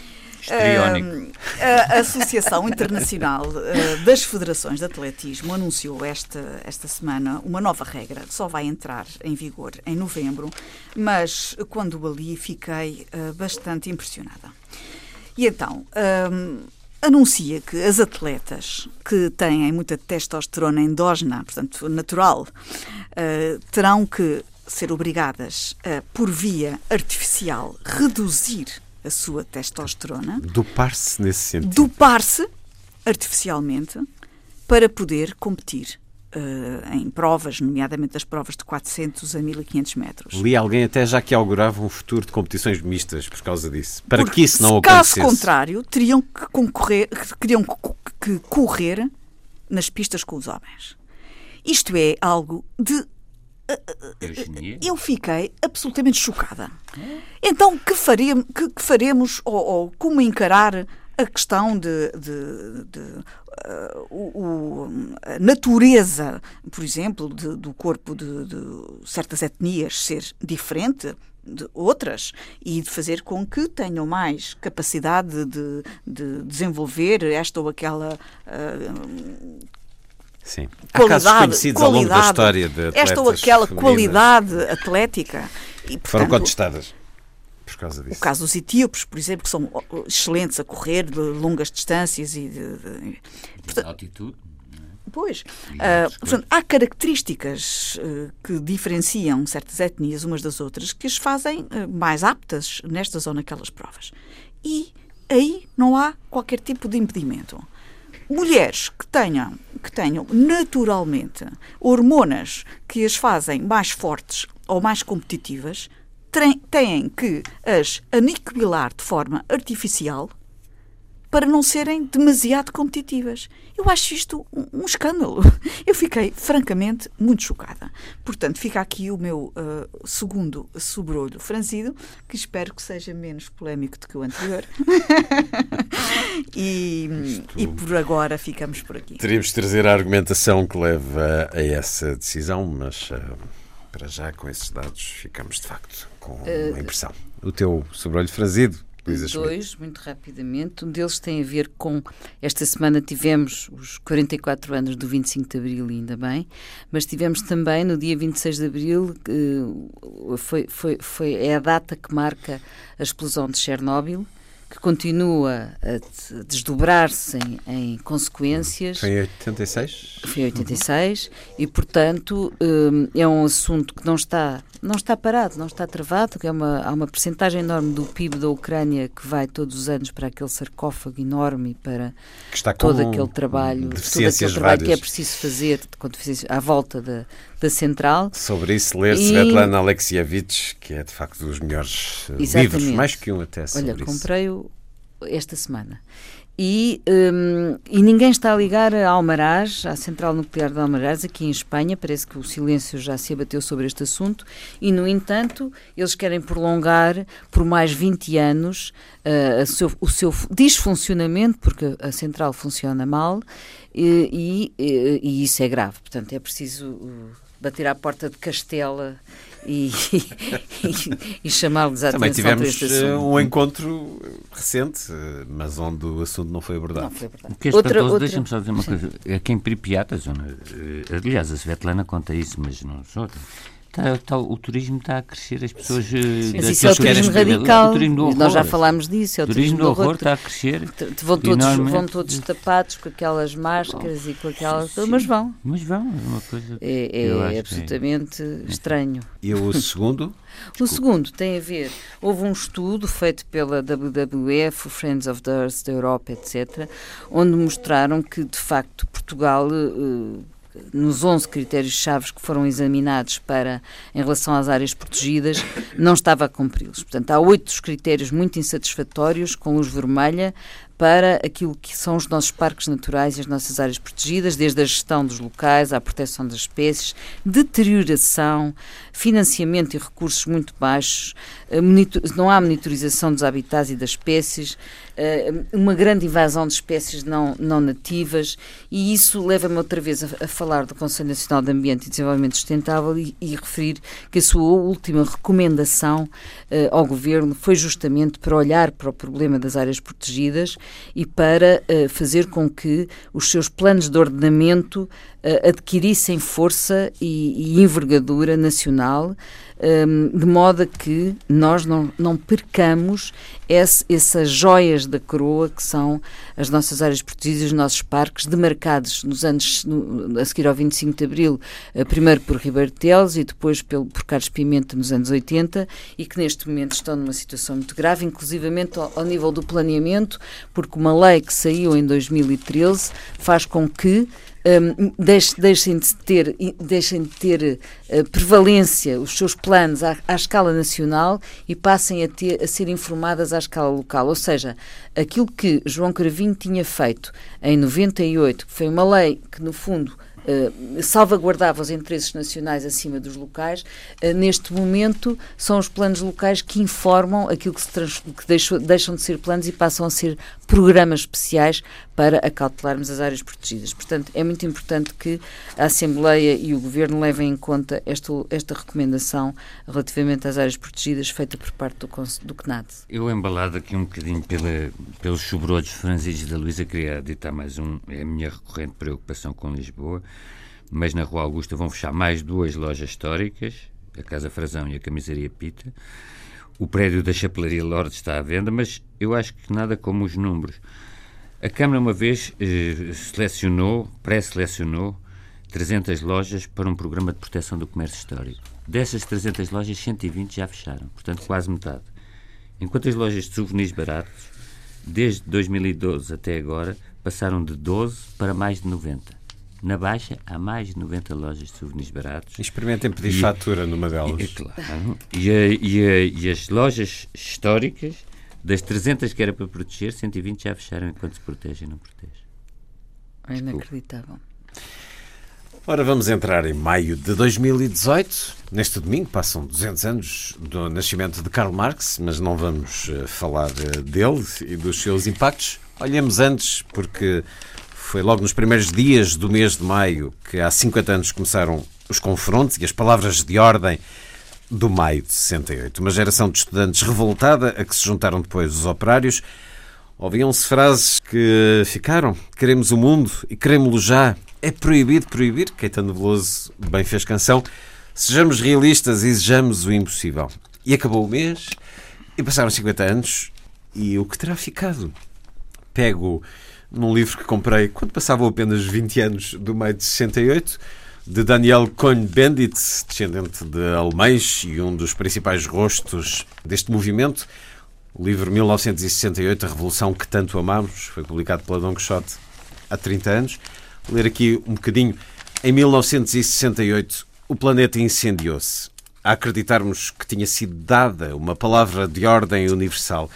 A Associação Internacional das Federações de Atletismo anunciou esta semana uma nova regra que só vai entrar em vigor em novembro, mas quando a li fiquei bastante impressionada. E então, anuncia que as atletas que têm muita testosterona endógena, portanto natural, terão que ser obrigadas a, por via artificial, reduzir a sua testosterona. Dopar-se nesse sentido. Dopar-se artificialmente para poder competir em provas, nomeadamente as provas de 400 a 1500 metros. Li alguém até já que augurava um futuro de competições mistas por causa disso. Para que isso não acontecesse. Caso contrário, teriam que correr nas pistas com os homens. Isto é algo de... Eu fiquei absolutamente chocada. Então, que faremos ou como encarar a questão a natureza, por exemplo, do corpo de certas etnias ser diferente de outras e de fazer com que tenham mais capacidade de desenvolver esta ou aquela sim. Há casos conhecidos ao longo da história de atletas esta ou aquela femininas. Qualidade atlética. E, portanto, foram contestadas. Por causa disso. O caso dos etíopes, por exemplo, que são excelentes a correr de longas distâncias e de altitude. Pois. Portanto, há características que diferenciam certas etnias umas das outras que as fazem mais aptas nestas ou naquelas provas. E aí não há qualquer tipo de impedimento. Mulheres que tenham naturalmente hormonas que as fazem mais fortes ou mais competitivas têm que as aniquilar de forma artificial para não serem demasiado competitivas. Eu acho isto um escândalo. Eu fiquei, francamente, muito chocada. Portanto, fica aqui o meu segundo sobrolho franzido, que espero que seja menos polémico do que o anterior. E por agora ficamos por aqui. Teríamos de trazer a argumentação que leva a essa decisão, mas... para já, com esses dados, ficamos, de facto, com uma impressão. O teu sobrolho franzido, Luísa Schmidt. Dois, muito rapidamente. Um deles tem a ver com... Esta semana tivemos os 44 anos do 25 de Abril, ainda bem, mas tivemos também, no dia 26 de Abril, é a data que marca a explosão de Chernobyl, que continua a desdobrar-se em consequências. Foi em 86? Foi em 86 e, portanto, é um assunto que não está parado, não está travado, que há uma percentagem enorme do PIB da Ucrânia que vai todos os anos para aquele sarcófago enorme e para todo aquele trabalho que é preciso fazer à volta da central. Sobre isso, ler Svetlana Alexievich, que é de facto dos melhores livros, mais que um até sobre isso. Olha, comprei-o esta semana. E ninguém está a ligar a Almaraz, à central nuclear de Almaraz, aqui em Espanha. Parece que o silêncio já se abateu sobre este assunto e, no entanto, eles querem prolongar por mais 20 anos o seu desfuncionamento, porque a central funciona mal e isso é grave. Portanto, é preciso bater à porta de Castela e chamá-los à atenção. Também tivemos para este assunto. um encontro recente, mas onde o assunto não foi abordado. O que é espantoso, deixa-me só dizer uma coisa. Aqui em Pripyat, aliás, a Svetlana conta isso, mas não sou. O turismo está a crescer, as pessoas... Mas isso é o turismo radical, nós já horror. Falámos disso. É o turismo do horror está a crescer. Vão todos tapados com aquelas máscaras e com aquelas... Mas vão. É uma coisa... É absolutamente estranho. E o segundo? O segundo tem a ver... Houve um estudo feito pela WWF, o Friends of the Earth da Europa, etc., onde mostraram que, de facto, Portugal... nos 11 critérios-chave que foram examinados em relação às áreas protegidas, não estava a cumpri-los. Portanto, há 8 dos critérios muito insatisfatórios, com luz vermelha, para aquilo que são os nossos parques naturais e as nossas áreas protegidas, desde a gestão dos locais, à proteção das espécies, deterioração, financiamento e recursos muito baixos, não há monitorização dos habitats e das espécies, uma grande invasão de espécies não nativas, e isso leva-me outra vez a falar do Conselho Nacional de Ambiente e Desenvolvimento Sustentável e referir que a sua última recomendação ao Governo foi justamente para olhar para o problema das áreas protegidas e para fazer com que os seus planos de ordenamento adquirissem força e envergadura nacional, de modo a que nós não percamos essas joias da coroa que são as nossas áreas protegidas, os nossos parques, demarcados nos anos a seguir ao 25 de Abril, primeiro por Ribeiro Teles e depois por Carlos Pimenta nos anos 80, e que neste momento estão numa situação muito grave, inclusivamente ao nível do planeamento, porque uma lei que saiu em 2013 faz com que deixem de ter prevalência os seus planos à escala nacional e passem a ser informadas à escala local. Ou seja, aquilo que João Cravinho tinha feito em 98, que foi uma lei que, no fundo, salvaguardava os interesses nacionais acima dos locais, neste momento são os planos locais que informam aquilo que deixam de ser planos e passam a ser programas especiais para acautelarmos as áreas protegidas. Portanto, é muito importante que a Assembleia e o Governo levem em conta esta recomendação relativamente às áreas protegidas feita por parte do CNAD. Eu, embalado aqui um bocadinho pelos sobrolhos franzidos da Luísa, queria ditar mais é a minha recorrente preocupação com Lisboa, mas na Rua Augusta vão fechar mais 2 lojas históricas, a Casa Frazão e a Camisaria Pita. O prédio da Chapelaria Lourdes está à venda, mas eu acho que nada como os números. A Câmara uma vez pré-selecionou 300 lojas para um programa de proteção do comércio histórico. Dessas 300 lojas, 120 já fecharam, portanto quase metade. Enquanto as lojas de souvenirs baratos, desde 2012 até agora, passaram de 12 para mais de 90. Na Baixa, há mais de 90 lojas de souvenirs baratos. Experimentem pedir fatura numa delas. Claro. E as lojas históricas, das 300 que era para proteger, 120 já fecharam enquanto se protege e não protege. É inacreditável. Ora, vamos entrar em maio de 2018. Neste domingo passam 200 anos do nascimento de Karl Marx, mas não vamos falar dele e dos seus impactos. Olhemos antes, porque foi logo nos primeiros dias do mês de maio que há 50 anos começaram os confrontos e as palavras de ordem do maio de 68. Uma geração de estudantes revoltada, a que se juntaram depois os operários. Ouviam-se frases que ficaram: queremos o mundo e queremos-lo já. É proibido proibir. Caetano Veloso bem fez canção. Sejamos realistas e exijamos o impossível. E acabou o mês e passaram 50 anos. E o que terá ficado? Pego num livro que comprei quando passavam apenas 20 anos do maio de 68, de Daniel Cohn-Bendit, descendente de alemães e um dos principais rostos deste movimento. O livro 1968, A Revolução que Tanto Amamos, foi publicado pela Dom Quixote há 30 anos. Vou ler aqui um bocadinho. Em 1968, o planeta incendiou-se. A acreditarmos que tinha sido dada uma palavra de ordem universal,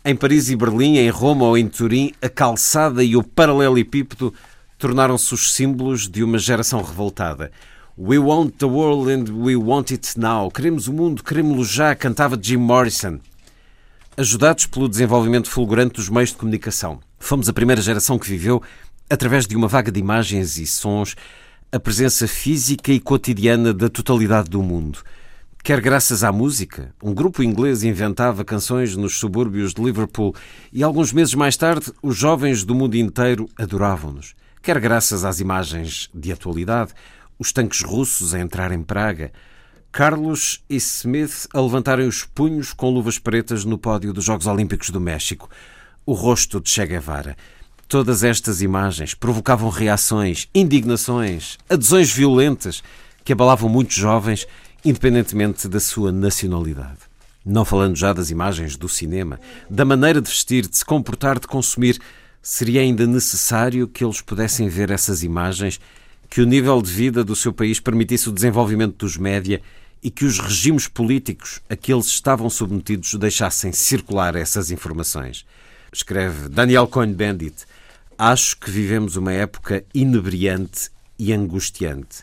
Em Paris e Berlim, em Roma ou em Turim, a calçada e o paralelepípedo tornaram-se os símbolos de uma geração revoltada. We want the world and we want it now. Queremos o mundo, queremos-lo já, cantava Jim Morrison. Ajudados pelo desenvolvimento fulgurante dos meios de comunicação, fomos a primeira geração que viveu, através de uma vaga de imagens e sons, a presença física e cotidiana da totalidade do mundo. Quer graças à música, um grupo inglês inventava canções nos subúrbios de Liverpool e alguns meses mais tarde os jovens do mundo inteiro adoravam-nos. Quer graças às imagens de atualidade, os tanques russos a entrar em Praga, Carlos e Smith a levantarem os punhos com luvas pretas no pódio dos Jogos Olímpicos do México, o rosto de Che Guevara. Todas estas imagens provocavam reações, indignações, adesões violentas que abalavam muitos jovens, independentemente da sua nacionalidade. Não falando já das imagens do cinema, da maneira de vestir, de se comportar, de consumir, seria ainda necessário que eles pudessem ver essas imagens, que o nível de vida do seu país permitisse o desenvolvimento dos média e que os regimes políticos a que eles estavam submetidos deixassem circular essas informações. Escreve Daniel Cohn-Bendit: acho que vivemos uma época inebriante e angustiante.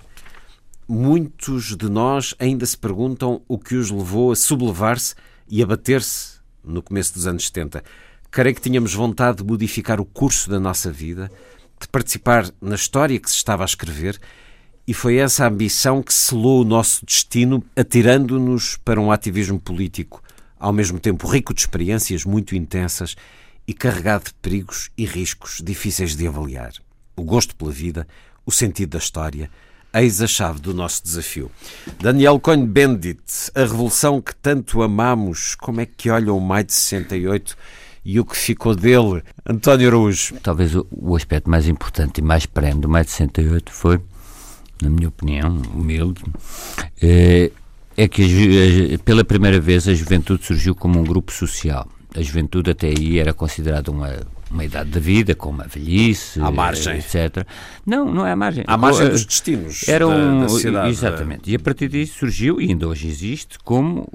Muitos de nós ainda se perguntam o que os levou a sublevar-se e a bater-se no começo dos anos 70. Creio que tínhamos vontade de modificar o curso da nossa vida, de participar na história que se estava a escrever, e foi essa ambição que selou o nosso destino, atirando-nos para um ativismo político, ao mesmo tempo rico de experiências muito intensas e carregado de perigos e riscos difíceis de avaliar. O gosto pela vida, o sentido da história, eis a chave do nosso desafio. Daniel Cohn-Bendit, a revolução que tanto amamos, como é que olha o Maio de 68 e o que ficou dele? António Araújo. Talvez o aspecto mais importante e mais perene do Maio de 68 foi, na minha opinião, humilde, é que pela primeira vez a juventude surgiu como um grupo social. A juventude até aí era considerada uma idade da vida, como a velhice, à margem, etc. Não é à margem. À margem dos destinos da sociedade. Exatamente. E a partir disso surgiu, e ainda hoje existe, como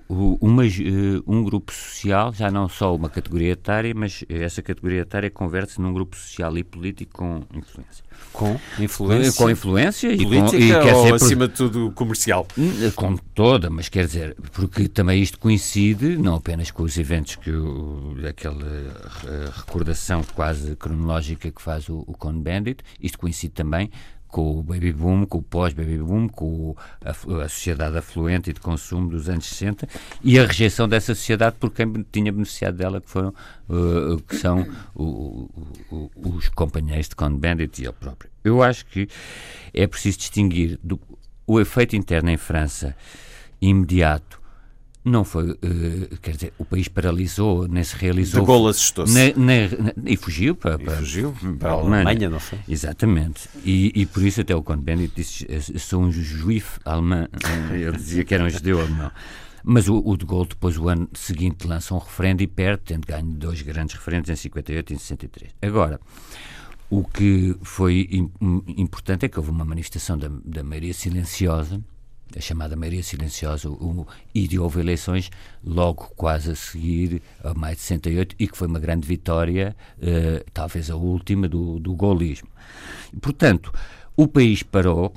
um grupo social, já não só uma categoria etária, mas essa categoria etária converte-se num grupo social e político com influência. Com influência? Com influência política e quer ou, dizer, acima de tudo, comercial? Com toda, mas quer dizer, porque também isto coincide, não apenas com os eventos que aquela recordação quase cronológica que faz o Cohn-Bendit, isto coincide também com o baby boom, com o pós-baby boom, com a sociedade afluente e de consumo dos anos 60 e a rejeição dessa sociedade por quem tinha beneficiado dela, que são os companheiros de Cohn-Bendit e ele próprio. Eu acho que é preciso distinguir o efeito interno em França imediato. Não foi, quer dizer, o país paralisou, nem se realizou. De Gaulle assustou-se. E fugiu para a Alemanha, não foi? Exatamente. E por isso até o Cohn-Bendit disse: sou um juif alemão. Ele dizia que era um judeu alemão. Mas o de Gaulle depois, o ano seguinte, lança um referendo e perde, tendo ganho 2 grandes referendos em 58 e em 63. Agora, o que foi importante é que houve uma manifestação da maioria silenciosa, a chamada maioria silenciosa, e houve eleições logo quase a seguir a maio de 68 e que foi uma grande vitória, talvez a última do gaullismo. Portanto, o país parou,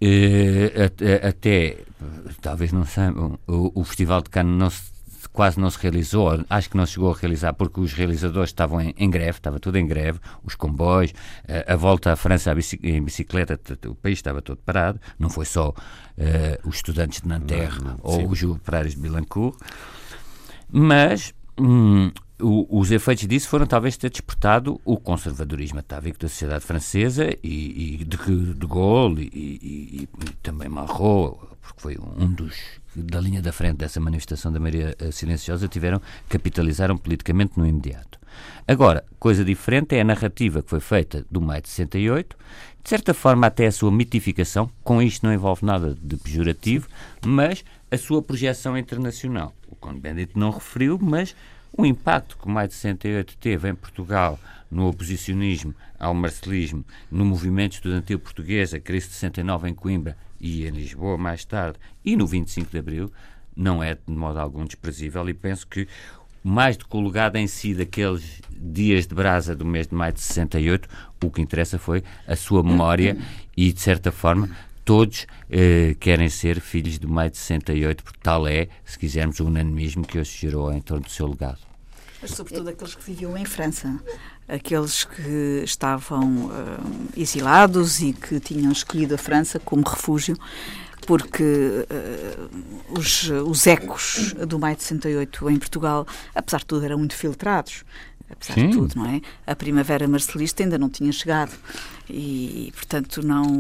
até, talvez não saibam, o Festival de Cannes quase não se realizou, acho que não se chegou a realizar porque os realizadores estavam em greve, estava tudo em greve, os comboios, a volta à França em bicicleta, o país estava todo parado, não foi só os estudantes de Nanterre ou os operários de Billancourt, mas os efeitos disso foram talvez ter despertado o conservadorismo atávico da sociedade francesa e de Gaulle e também Malraux, porque foi um dos da linha da frente dessa manifestação da maioria silenciosa, capitalizaram politicamente no imediato. Agora, coisa diferente é a narrativa que foi feita do maio de 68, de certa forma até a sua mitificação, com isto não envolve nada de pejorativo, mas a sua projeção internacional. O Cohn-Bendit não referiu, mas o impacto que o maio de 68 teve em Portugal no oposicionismo ao marcelismo, no movimento estudantil português, a crise de 69 em Coimbra e em Lisboa mais tarde, e no 25 de Abril, não é de modo algum desprezível, e penso que mais do que o legado em si daqueles dias de brasa do mês de maio de 68, o que interessa foi a sua memória e, de certa forma, todos querem ser filhos de maio de 68, porque tal é, se quisermos, o unanimismo que hoje gerou em torno do seu legado. Mas sobretudo aqueles que viviam em França, aqueles que estavam exilados e que tinham escolhido a França como refúgio, porque os ecos do maio de 68 em Portugal, apesar de tudo, eram muito filtrados. Apesar de tudo, não é? A primavera marcelista ainda não tinha chegado e, portanto,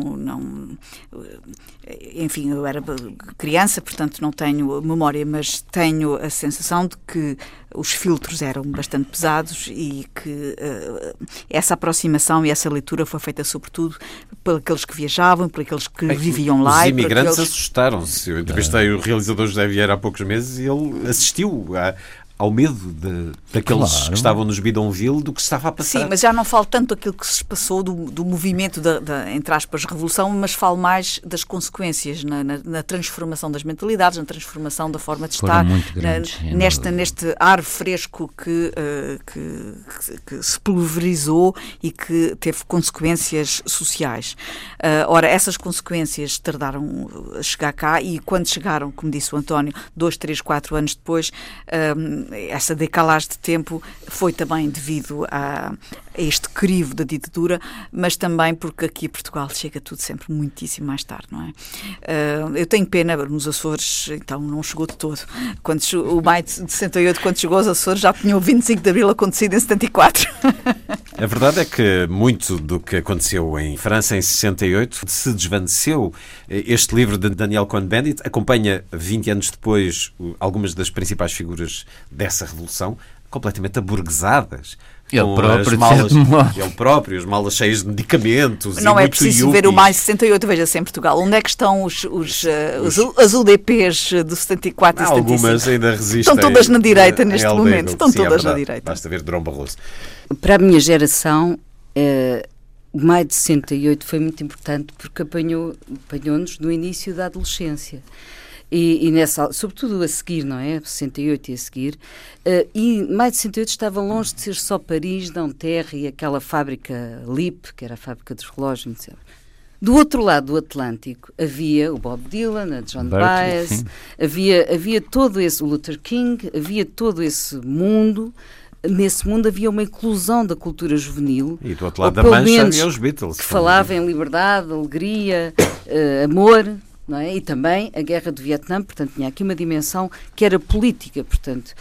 enfim, eu era criança, portanto não tenho memória, mas tenho a sensação de que os filtros eram bastante pesados e que essa aproximação e essa leitura foi feita sobretudo por aqueles que viajavam, por aqueles que viviam lá. Os imigrantes assustaram-se. Eu entrevistei o realizador José Vieira há poucos meses e ele assistiu ao medo daqueles que estavam nos Bidonville do que se estava a passar. Sim, mas já não falo tanto daquilo que se passou do movimento da entre aspas, revolução, mas falo mais das consequências na transformação das mentalidades, na transformação da forma de estar, neste ar fresco que se pulverizou e que teve consequências sociais. Ora, essas consequências tardaram a chegar cá e quando chegaram, como disse o António, 2, 3, 4 anos depois, essa decalagem de tempo foi também devido a este crivo da ditadura, mas também porque aqui em Portugal chega tudo sempre muitíssimo mais tarde, não é? Eu tenho pena, nos Açores, então não chegou de todo. O maio de 68, quando chegou aos Açores, já tinha o 25 de Abril acontecido em 74. A verdade é que muito do que aconteceu em França em 68 se desvaneceu. Este livro de Daniel Cohn-Bendit acompanha, 20 anos depois, algumas das principais figuras dessa revolução, completamente aburguesadas. Ele próprio, as malas cheias de medicamentos. Não é preciso ver o maio de 68, veja-se em Portugal. Onde é que estão as UDPs do 74 e 75? Algumas ainda resistem. Estão todas na direita neste momento. Estão todas na direita. Basta ver Durão Barroso. Para a minha geração, o maio de 68 foi muito importante porque apanhou-nos no início da adolescência. E nessa, sobretudo a seguir, não é? 68 e a seguir. E maio de 68 estava longe de ser só Paris, Nanterre e aquela fábrica LIP, que era a fábrica dos relógios, etc. Do outro lado do Atlântico havia o Bob Dylan, a John Baez, havia todo esse, o Luther King, havia todo esse mundo. Nesse mundo havia uma inclusão da cultura juvenil. E do outro lado da mancha havia os Beatles. Que falava em liberdade, alegria, amor. Não é? E também a guerra do Vietnã, portanto, tinha aqui uma dimensão que era política, portanto,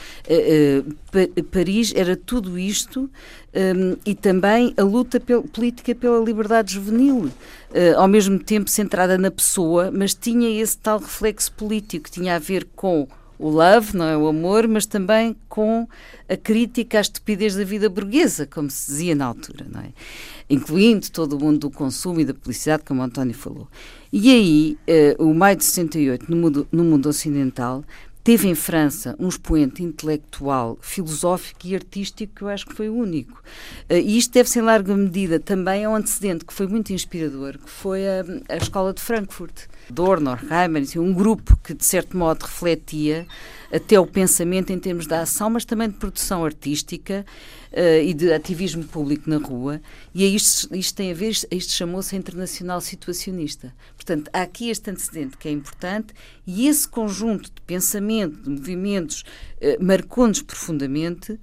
Paris era tudo isto e também a luta política pela liberdade juvenil, ao mesmo tempo centrada na pessoa, mas tinha esse tal reflexo político que tinha a ver com o love, não é, o amor, mas também com a crítica à estupidez da vida burguesa, como se dizia na altura, não é? Incluindo todo o mundo do consumo e da publicidade, como o António falou. E aí, o maio de 68, no mundo ocidental, teve em França um expoente intelectual, filosófico e artístico que eu acho que foi o único. E isto deve-se em larga medida também a um antecedente que foi muito inspirador, que foi a Escola de Frankfurt. Adorno, Horkheimer, um grupo que de certo modo refletia até o pensamento em termos de ação, mas também de produção artística e de ativismo público na rua. E isto tem a ver, isto chamou-se Internacional Situacionista. Portanto, há aqui este antecedente que é importante e esse conjunto de pensamento, de movimentos, marcou-nos profundamente.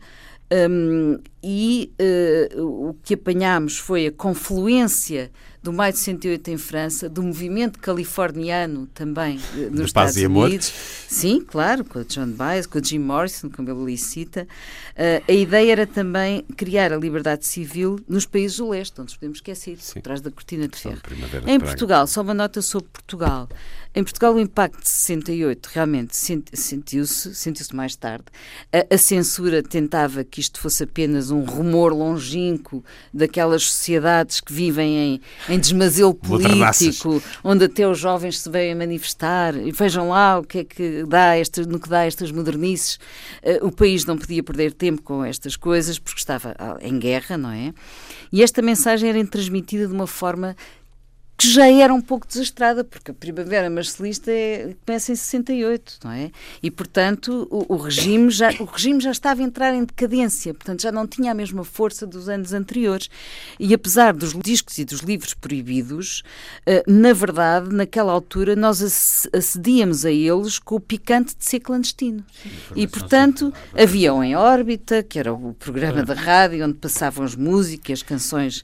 O que apanhámos foi a confluência do maio de 68 em França, do movimento californiano também nos Estados Unidos. Sim, claro, com a John Baez, com a Jim Morrison, como ele cita. A ideia era também criar a liberdade civil nos países do leste, não nos podemos esquecer, por trás da cortina de ferro. Em Portugal, só uma nota sobre Portugal. Em Portugal, o impacto de 68 realmente sentiu-se mais tarde. A censura tentava que isto fosse apenas um rumor longínquo daquelas sociedades que vivem em desmazelo político, onde até os jovens se veem manifestar e vejam lá o que é que dá no que dá estas modernices. O país não podia perder tempo com estas coisas porque estava em guerra, não é? E esta mensagem era transmitida de uma forma que já era um pouco desastrada, porque a Primavera Marcelista começa em 68, não é? E, portanto, o regime já estava a entrar em decadência, portanto, já não tinha a mesma força dos anos anteriores. E, apesar dos discos e dos livros proibidos, na verdade, naquela altura, nós acedíamos a eles com o picante de ser clandestino. E, portanto, havia o Em Órbita, que era o programa da rádio, onde passavam as músicas, as canções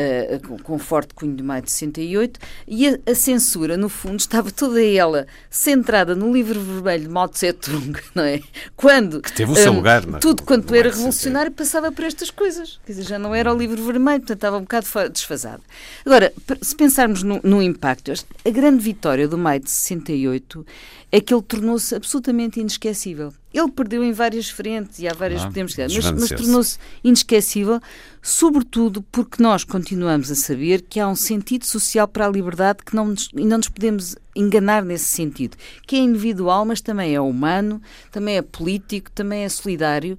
com forte cunho de maio de 68, e a censura, no fundo, estava toda ela centrada no livro vermelho de Mao Tse-tung, não é? Que teve o seu lugar, não é? Tudo quanto era revolucionário passava por estas coisas. Quer dizer, já não era o livro vermelho, portanto estava um bocado desfasado. Agora, se pensarmos no impacto, a grande vitória do maio de 68 é que ele tornou-se absolutamente inesquecível. Ele perdeu em várias frentes e há várias podemos mas tornou-se inesquecível, sobretudo porque nós continuamos a saber que há um sentido social para a liberdade que não nos podemos enganar nesse sentido, que é individual, mas também é humano, também é político, também é solidário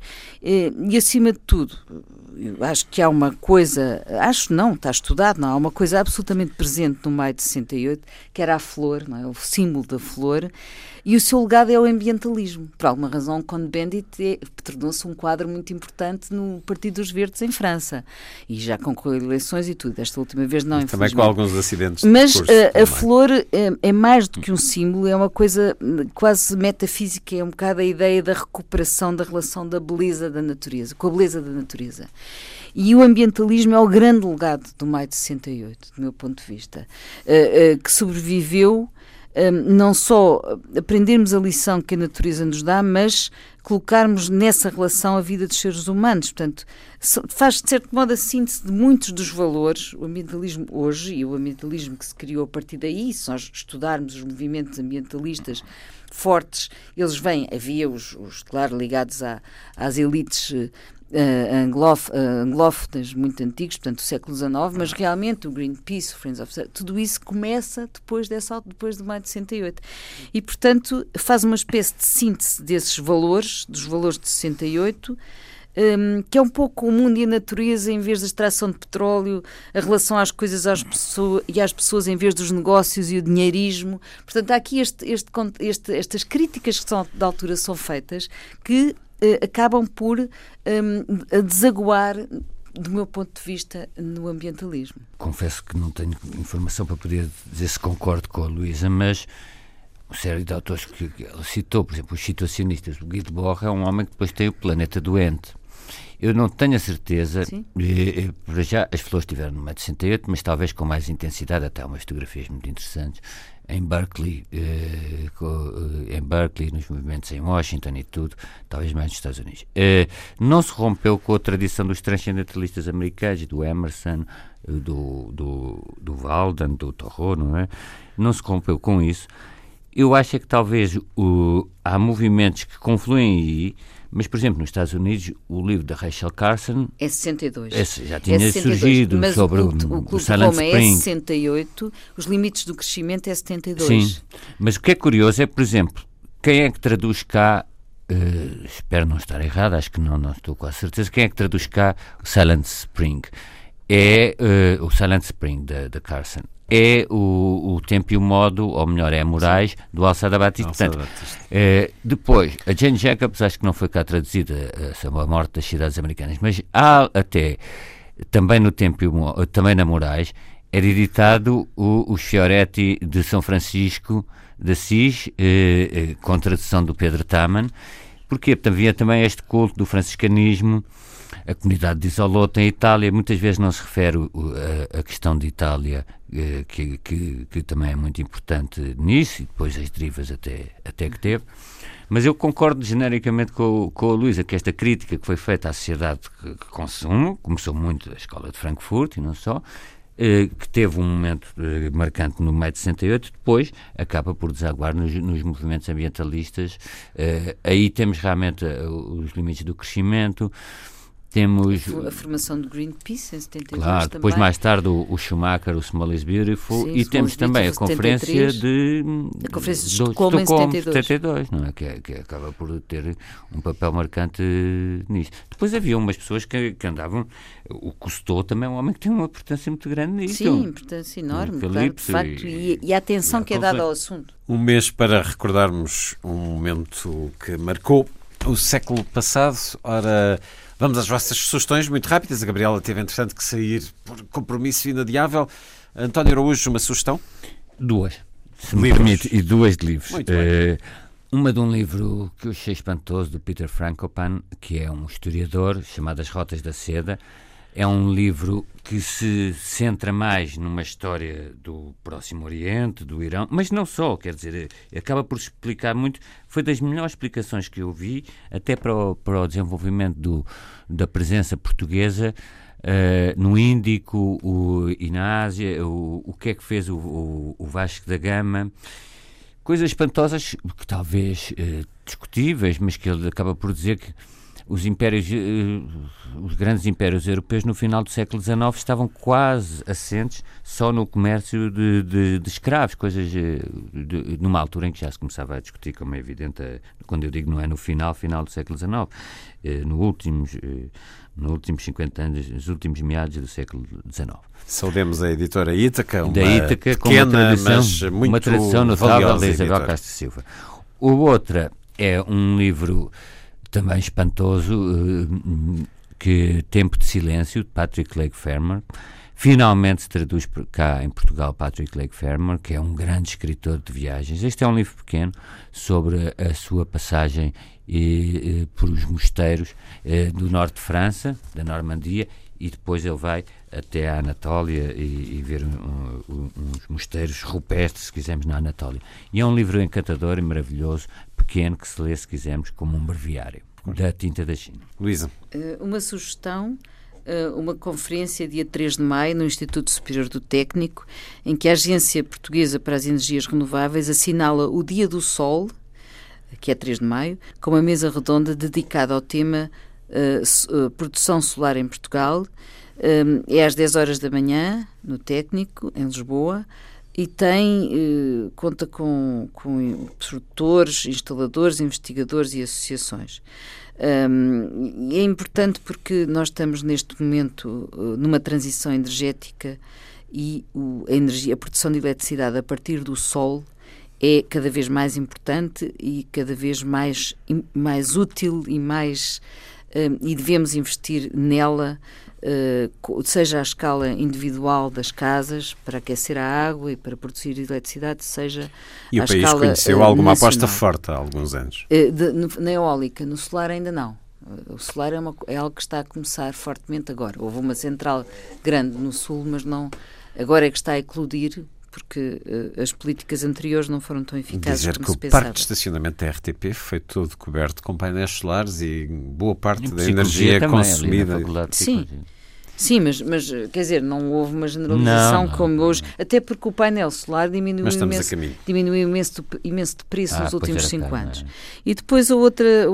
e acima de tudo, eu acho que há uma coisa, está estudado, há uma coisa absolutamente presente no maio de 68, que era a flor, não é? O símbolo da flor, e o seu legado é o ambientalismo. Por alguma razão, Cohn-Bendit tornou-se um quadro muito importante no Partido dos Verdes em França, e já concorreu eleições e tudo, desta última vez não, também com alguns acidentes de mas curso, a flor é mais do que um símbolo, é uma coisa quase metafísica, é um bocado a ideia da recuperação da relação da beleza da natureza, com a beleza da natureza. E o ambientalismo é o grande legado do maio de 68, do meu ponto de vista, que sobreviveu não só aprendermos a lição que a natureza nos dá, mas colocarmos nessa relação a vida dos seres humanos. Portanto, faz de certo modo a síntese de muitos dos valores, o ambientalismo hoje e o ambientalismo que se criou a partir daí. Se nós estudarmos os movimentos ambientalistas fortes, eles havia os claro, ligados às elites anglófonas muito antigos, portanto do século XIX, mas realmente o Greenpeace, o Friends of tudo isso começa depois do maio de 68 e portanto faz uma espécie de síntese desses valores, dos valores de 68, que é um pouco o mundo e a natureza em vez da extração de petróleo, a relação às coisas às pessoas em vez dos negócios e o dinheirismo. Portanto, há aqui estas críticas que da altura são feitas que acabam por desaguar, do meu ponto de vista, no ambientalismo. Confesso que não tenho informação para poder dizer se concordo com a Luísa, mas uma série de autores que ela citou, por exemplo, os situacionistas, o Guy Debord é um homem que depois tem o planeta doente. Eu não tenho a certeza, para já as flores estiveram no maio de 68, mas talvez com mais intensidade, até há umas fotografias muito interessantes, em Berkeley, nos movimentos em Washington e tudo, talvez mais nos Estados Unidos. Não se rompeu com a tradição dos transcendentalistas americanos, do Emerson, do Walden, do Thoreau, não é? Não se rompeu com isso. Eu acho que talvez há movimentos que confluem aí, mas, por exemplo, nos Estados Unidos, o livro da Rachel Carson... É 62. Já tinha surgido mas sobre o Clube Silent de Roma Spring. É 68, os limites do crescimento é 72. Sim, mas o que é curioso é, por exemplo, quem é que traduz cá, espero não estar errado, acho que não estou com a certeza, quem é que traduz cá o Silent Spring? É o Silent Spring da Carson. É o tempo e o modo, ou melhor, é a Moraes, do Alçada Batista. Portanto, depois, a Jane Jacobs, acho que não foi cá traduzida sobre a morte das cidades americanas, mas há até, também no tempo e o modo, também na Moraes, era editado os Fioretti de São Francisco de Assis, com tradução do Pedro Taman. Porquê? Porque havia também este culto do franciscanismo. A comunidade de Isolota em Itália, muitas vezes não se refere a questão de Itália, que também é muito importante nisso, e depois as derivas até que teve. Mas eu concordo genericamente com a Luísa, que esta crítica que foi feita à sociedade que consume, começou muito da Escola de Frankfurt e não só, que teve um momento marcante no maio de 68, depois acaba por desaguar nos movimentos ambientalistas. Aí temos realmente os limites do crescimento. Temos a formação do Greenpeace em 72 claro, depois também. Mais tarde o Schumacher, o Small is Beautiful, Sim, e temos também a conferência de Estocolmo em 72, não é? Que acaba por ter um papel marcante nisto. Depois havia umas pessoas que andavam, o Cousteau também é um homem que tem uma importância muito grande nisto. Sim, importância enorme, claro, de facto, e a atenção que é dada ao assunto. Um mês para recordarmos um momento que marcou o século passado. Ora, vamos às vossas sugestões muito rápidas. A Gabriela teve, entretanto, que sair por compromisso inadiável. António Araújo, uma sugestão? Duas, se me permite, e duas de livros. Muito bem. Uma de um livro que eu achei espantoso, do Peter Frankopan, que é um historiador, chamado As Rotas da Seda. É um livro que se centra mais numa história do Próximo Oriente, do Irão, mas não só, quer dizer, acaba por explicar muito. Foi das melhores explicações que eu vi, até para o desenvolvimento da presença portuguesa no Índico e na Ásia, o que é que fez o Vasco da Gama. Coisas espantosas, que talvez discutíveis, mas que ele acaba por dizer que os grandes impérios europeus no final do século XIX estavam quase assentes só no comércio de escravos, coisas numa altura em que já se começava a discutir, como é evidente, quando eu digo não é no final do século XIX, nos últimos 50 anos, nos últimos meados do século XIX. Saudemos a editora Ítaca, da Ítaca, com uma tradição notável da Isabel Castro Silva. O outra é um livro também espantoso, que Tempo de Silêncio, de Patrick Leigh-Fermor. Finalmente se traduz cá em Portugal Patrick Leigh-Fermor, que é um grande escritor de viagens. Este é um livro pequeno sobre a sua passagem por os mosteiros do norte de França, da Normandia, e depois ele vai até a Anatólia e ver uns mosteiros rupestres, se quisermos, na Anatólia. E é um livro encantador e maravilhoso, pequeno, que se lê, se quisermos, como um breviário da tinta da China. Luísa. Uma sugestão, uma conferência dia 3 de maio no Instituto Superior do Técnico, em que a Agência Portuguesa para as Energias Renováveis assinala o Dia do Sol, que é 3 de maio, com uma mesa redonda dedicada ao tema produção solar em Portugal. É às 10 horas da manhã, no Técnico, em Lisboa, e conta com produtores, instaladores, investigadores e associações. É importante porque nós estamos neste momento numa transição energética e a produção de eletricidade a partir do sol é cada vez mais importante e cada vez mais útil e devemos investir nela, seja à escala individual das casas, para aquecer a água e para produzir eletricidade, seja e à o país escala conheceu alguma nacional. aposta forte há alguns anos. Na eólica, no solar ainda não. O solar é algo que está a começar fortemente agora. Houve uma central grande no sul, mas não. Agora é que está a eclodir, porque as políticas anteriores não foram tão eficazes Dizer como que se o pensava. parque de estacionamento da RTP foi todo coberto com painéis solares e boa parte da energia também, consumida. Sim, mas quer dizer, não houve uma generalização como hoje, até porque o painel solar diminuiu imenso de preço nos últimos 5 anos. E depois a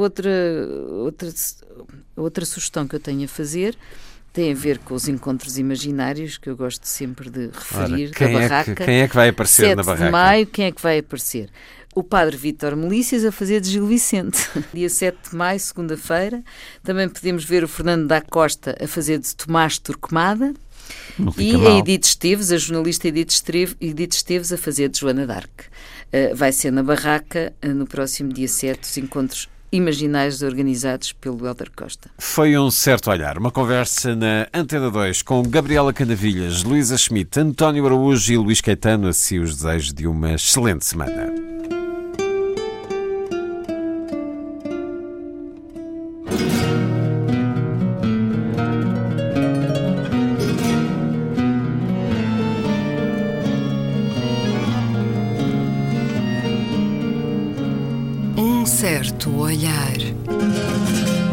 outra sugestão que eu tenho a fazer tem a ver com os encontros imaginários, que eu gosto sempre de referir, da barraca. Quem é que vai aparecer na barraca? 7 de maio, quem é que vai aparecer? O padre Vítor Melícias a fazer de Gil Vicente. Dia 7 de maio, segunda-feira. Também podemos ver o Fernando da Costa a fazer de Tomás Torquemada. E a Edith Esteves, a jornalista Edith Esteves, a fazer de Joana d'Arc. Vai ser na barraca, no próximo dia 7, os encontros imaginários organizados pelo Hélder Costa. Foi um certo olhar. Uma conversa na Antena 2 com Gabriela Canavilhas, Luísa Schmidt, António Araújo e Luís Caetano. Assim os desejos de uma excelente semana. Um certo olhar.